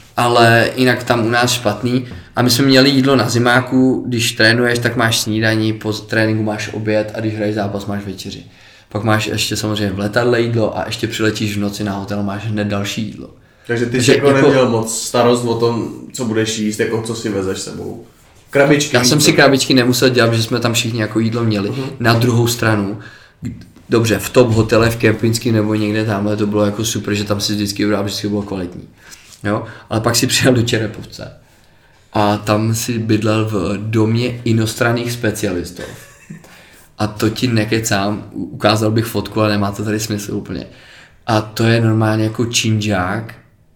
Ale jinak tam u nás špatný. A my jsme měli jídlo na zimáku, když trénuješ, tak máš snídaní, po tréninku máš oběd a když hraješ zápas, máš večeři. Pak máš ještě samozřejmě v letadle jídlo a ještě přiletíš v noci na hotel, máš hned další jídlo. Takže ty jsi jako neměl moc starost o tom, co budeš jíst, jako co si vezeš sebou. Krabičky. Já jsem si krabičky nemusel dělat, že jsme tam všichni jako jídlo měli. Na druhou stranu, dobře, v top hotele, v kempinský nebo někde tamhle to bylo jako super, že tam si vždycky vybral, vždycky bylo kvalitní. Jo? Ale pak si přijel do Čerepovce a tam si bydlel v domě inostranných specialistů. A to ti nekecám, ukázal bych fotku, ale nemá to tady smysl úplně. A to je normálně jako činžák,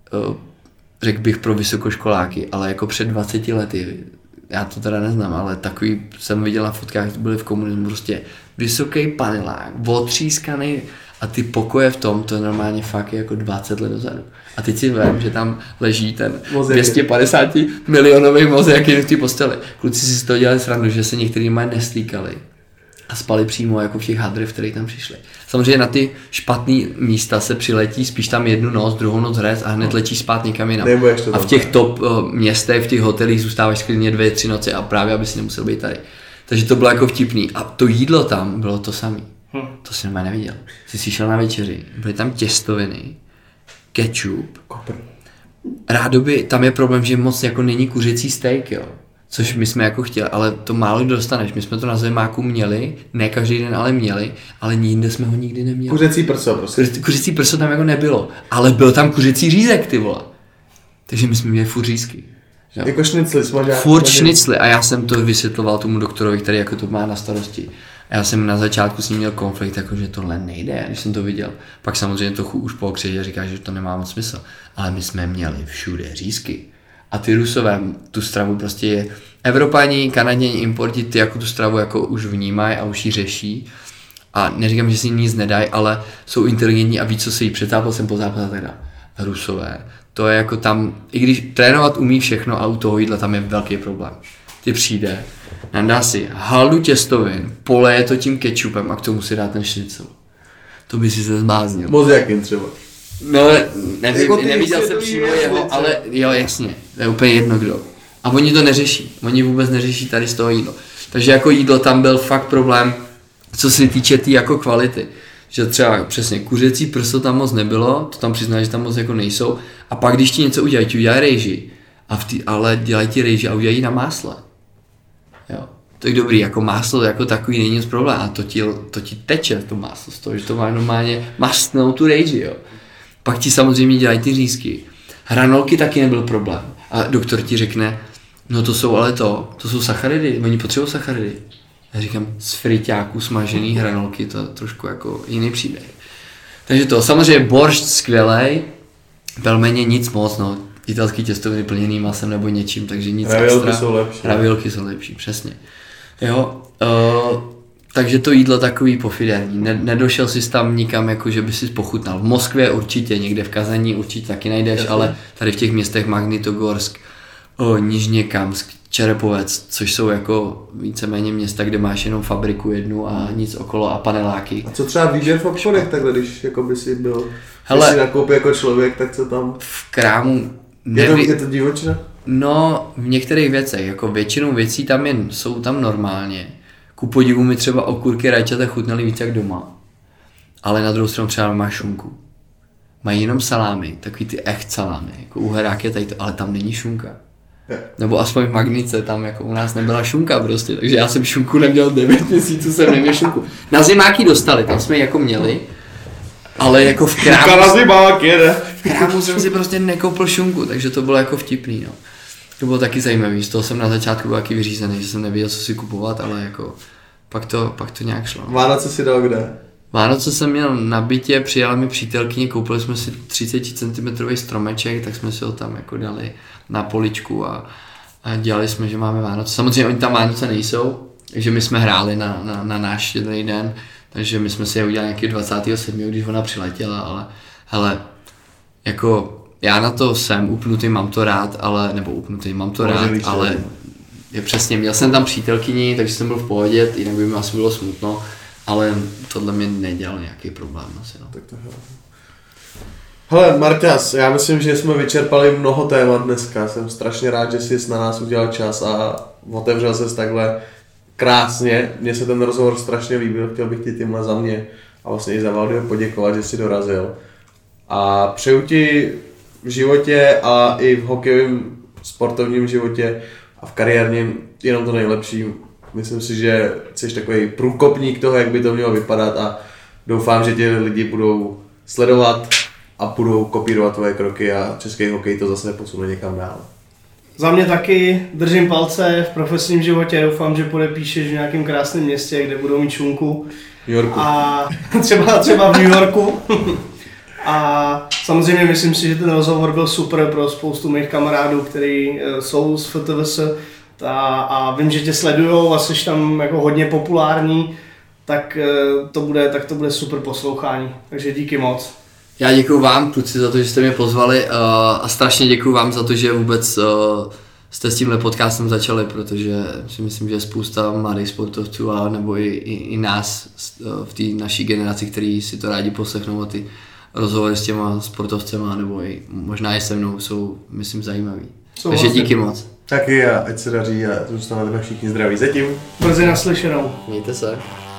řekl bych pro vysokoškoláky, ale jako před 20 lety, já to teda neznám, ale takový jsem viděl na fotkách, byly v komunismu, prostě vysoký panelák, otřískaný a ty pokoje v tom, to je normálně fakt jako 20 let dozadu. A teď si vím, že tam leží ten 250 milionový mozek v té posteli. Kluci si z toho dělali srandu, že se některý mají neslíkali a spali přímo jako v těch hadrech, v kterých tam přišli. Samozřejmě na ty špatný místa se přiletí, spíš tam 1 noc, 2. noc hrec a hned letí spát někam jinam. A v těch top městech, v těch hotelích zůstáváš klidně 2-3 noci a právě aby si nemusel být tady. Takže to bylo jako vtipný. A to jídlo tam bylo to samé. To si normálně neviděl. Jsi šel na večeři, byly tam těstoviny, ketchup. Rádoby, tam je problém, že moc jako není kuřecí steak, jo. Což my jsme jako chtěli, ale to málo kdo dostaneš. My jsme to na zimáku měli, ne každý den, ale měli, ale jinde jsme ho nikdy neměli. Kuřecí prso prostě. Kuřecí prso tam jako nebylo, ale byl tam kuřecí řízek, ty vole. Takže my jsme měli furt řízky. Jako šnicli smažák. Furt šnicli a já jsem to vysvětloval tomu doktorovi, který jako to má na starosti. A já jsem na začátku s ním měl konflikt, jako že tohle nejde, když jsem to viděl. Pak samozřejmě to už pokřiží a říká, že to nemá moc smysl. Ale my jsme měli všude řízky. A ty Rusové tu stravu prostě je, Evropani, Kanaděni, importi, ty jako tu stravu jako už vnímají a už ji řeší. A neříkám, že si nic nedají, ale jsou inteligentní a ví, co se jí před zápasem, po zápase a tak dále. Rusové, to je jako tam, i když trénovat umí všechno, a u toho jídla tam je velký problém. Ty přijde, nadá si haldu těstovin, poleje to tím kečupem a k tomu si dá ten šnicl. To by si se zmáznil. Moc jakým třeba. No, nevím, jako neviděl jsem přímo jeho, ale jo, jasně, to je úplně jedno kdo. A oni to neřeší, oni vůbec neřeší tady z toho jídlo. Takže jako jídlo tam byl fakt problém, co se týče té jako kvality. Že třeba přesně kuřecí prso tam moc nebylo, to tam přiznám, že tam moc jako nejsou. A pak když ti něco udělají, ti udělají rejži, ale dělají ti rejži a udělají na másle. Jo. to je dobrý, jako máslo jako takový není nic problém a to ti teče to máslo z toho, že to má normálně mastnou tu rejži, jo. Pak ti samozřejmě dělají ty řízky. Hranolky taky nebyl problém a doktor ti řekne, no to jsou ale to jsou sacharidy, oni potřebují sacharidy. Já říkám, z friťáků smažený hranolky, to je trošku jako jiný příběh. Takže to, samozřejmě boršt skvělej, pelmeně nic moc, no, italský těstoviny plněný masem nebo něčím, takže nic raviolky extra. Jsou lepší. Raviolky jsou lepší, přesně. Jo, takže to jídlo takový pofiderní, nedošel jsi tam nikam, jako že by si pochutnal. V Moskvě určitě, někde v Kazani určitě taky najdeš, ale tady v těch městech Magnitogorsk, Nižněkamsk, Čerepovec, což jsou jako víceméně města, kde máš jenom fabriku jednu a nic okolo a paneláky. A co třeba výběr v obchodech takhle, když jako by si byl, hele, když si nakoupí jako člověk, tak co tam? V krámu Je to divočina? No, v některých věcech, jako většinou věcí tam jsou tam normálně. Ku podivu mi třeba okurky rajčata chutnaly víc jak doma. Ale na druhou stranu třeba máš šunku. Mají jenom salámy, takový ty echt salámy, jako uherák je tady to, ale tam není šunka. Nebo aspoň v Magnice, tam jako u nás nebyla šunka prostě, takže já jsem šunku neměl 9 měsíců, jsem neměl šunku. Na zimáky dostali, tam jsme ji jako měli, ale jako v krámu jsem si prostě nekoupil šunku, takže to bylo jako vtipný, no. To bylo taky zajímavý, z toho jsem na začátku byl taky vyřízený, že jsem nevěděl, co si kupovat, ale jako pak to nějak šlo. Vánoce si dal kde? Vánoce jsem měl na bytě, přijala mi přítelkyně, koupili jsme si 30 cm stromeček, tak jsme si ho tam jako dali na poličku a dělali jsme, že máme Vánoce. Samozřejmě oni tam Vánoce nejsou, takže my jsme hráli na náš štědrý den, takže my jsme si je udělali nějaký 27. když ona přiletěla, ale hele, jako já na to jsem upnutý, mám to rád, ale je přesně, měl jsem tam přítelkyni, takže jsem byl v pohodě, jinak by mi asi bylo smutno, ale tohle mi nedělal nějaký problém asi, no. Tak to hele, Marťas, já myslím, že jsme vyčerpali mnoho témat dneska, jsem strašně rád, že jsi na nás udělal čas a otevřel ses takhle krásně, mně se ten rozhovor strašně líbil, chtěl bych ti tímhle za mě a vlastně i za Valdio poděkovat, že jsi dorazil a přeju ti v životě a i v hokejovém sportovním životě a v kariérním jenom to nejlepší. Myslím si, že jsi takový průkopník toho, jak by to mělo vypadat a doufám, že ti lidi budou sledovat a budou kopírovat tvoje kroky a český hokej to zase posune někam dál. Za mě taky držím palce v profesním životě, doufám, že podepíšeš v nějakém krásném městě, kde budou mít šunku. New Yorku. A třeba v New Yorku. A samozřejmě myslím si, že ten rozhovor byl super pro spoustu mých kamarádů, kteří jsou z FTVS a vím, že tě sledujou a jsi tam jako hodně populární, tak to bude super poslouchání. Takže díky moc. Já děkuju vám, kluci, za to, že jste mě pozvali a strašně děkuju vám za to, že vůbec jste s tímhle podcastem začali, protože si myslím, že spousta mladých sportovců a nebo i nás v té naší generaci, kteří si to rádi poslechnou a ty rozhovory s těma sportovcema nebo i možná i se mnou jsou, myslím, zajímavý. Takže díky moc. Taky a ať se daří a zůstaneme všichni zdraví. Zatím. Brzy naslyšenou. Mějte se.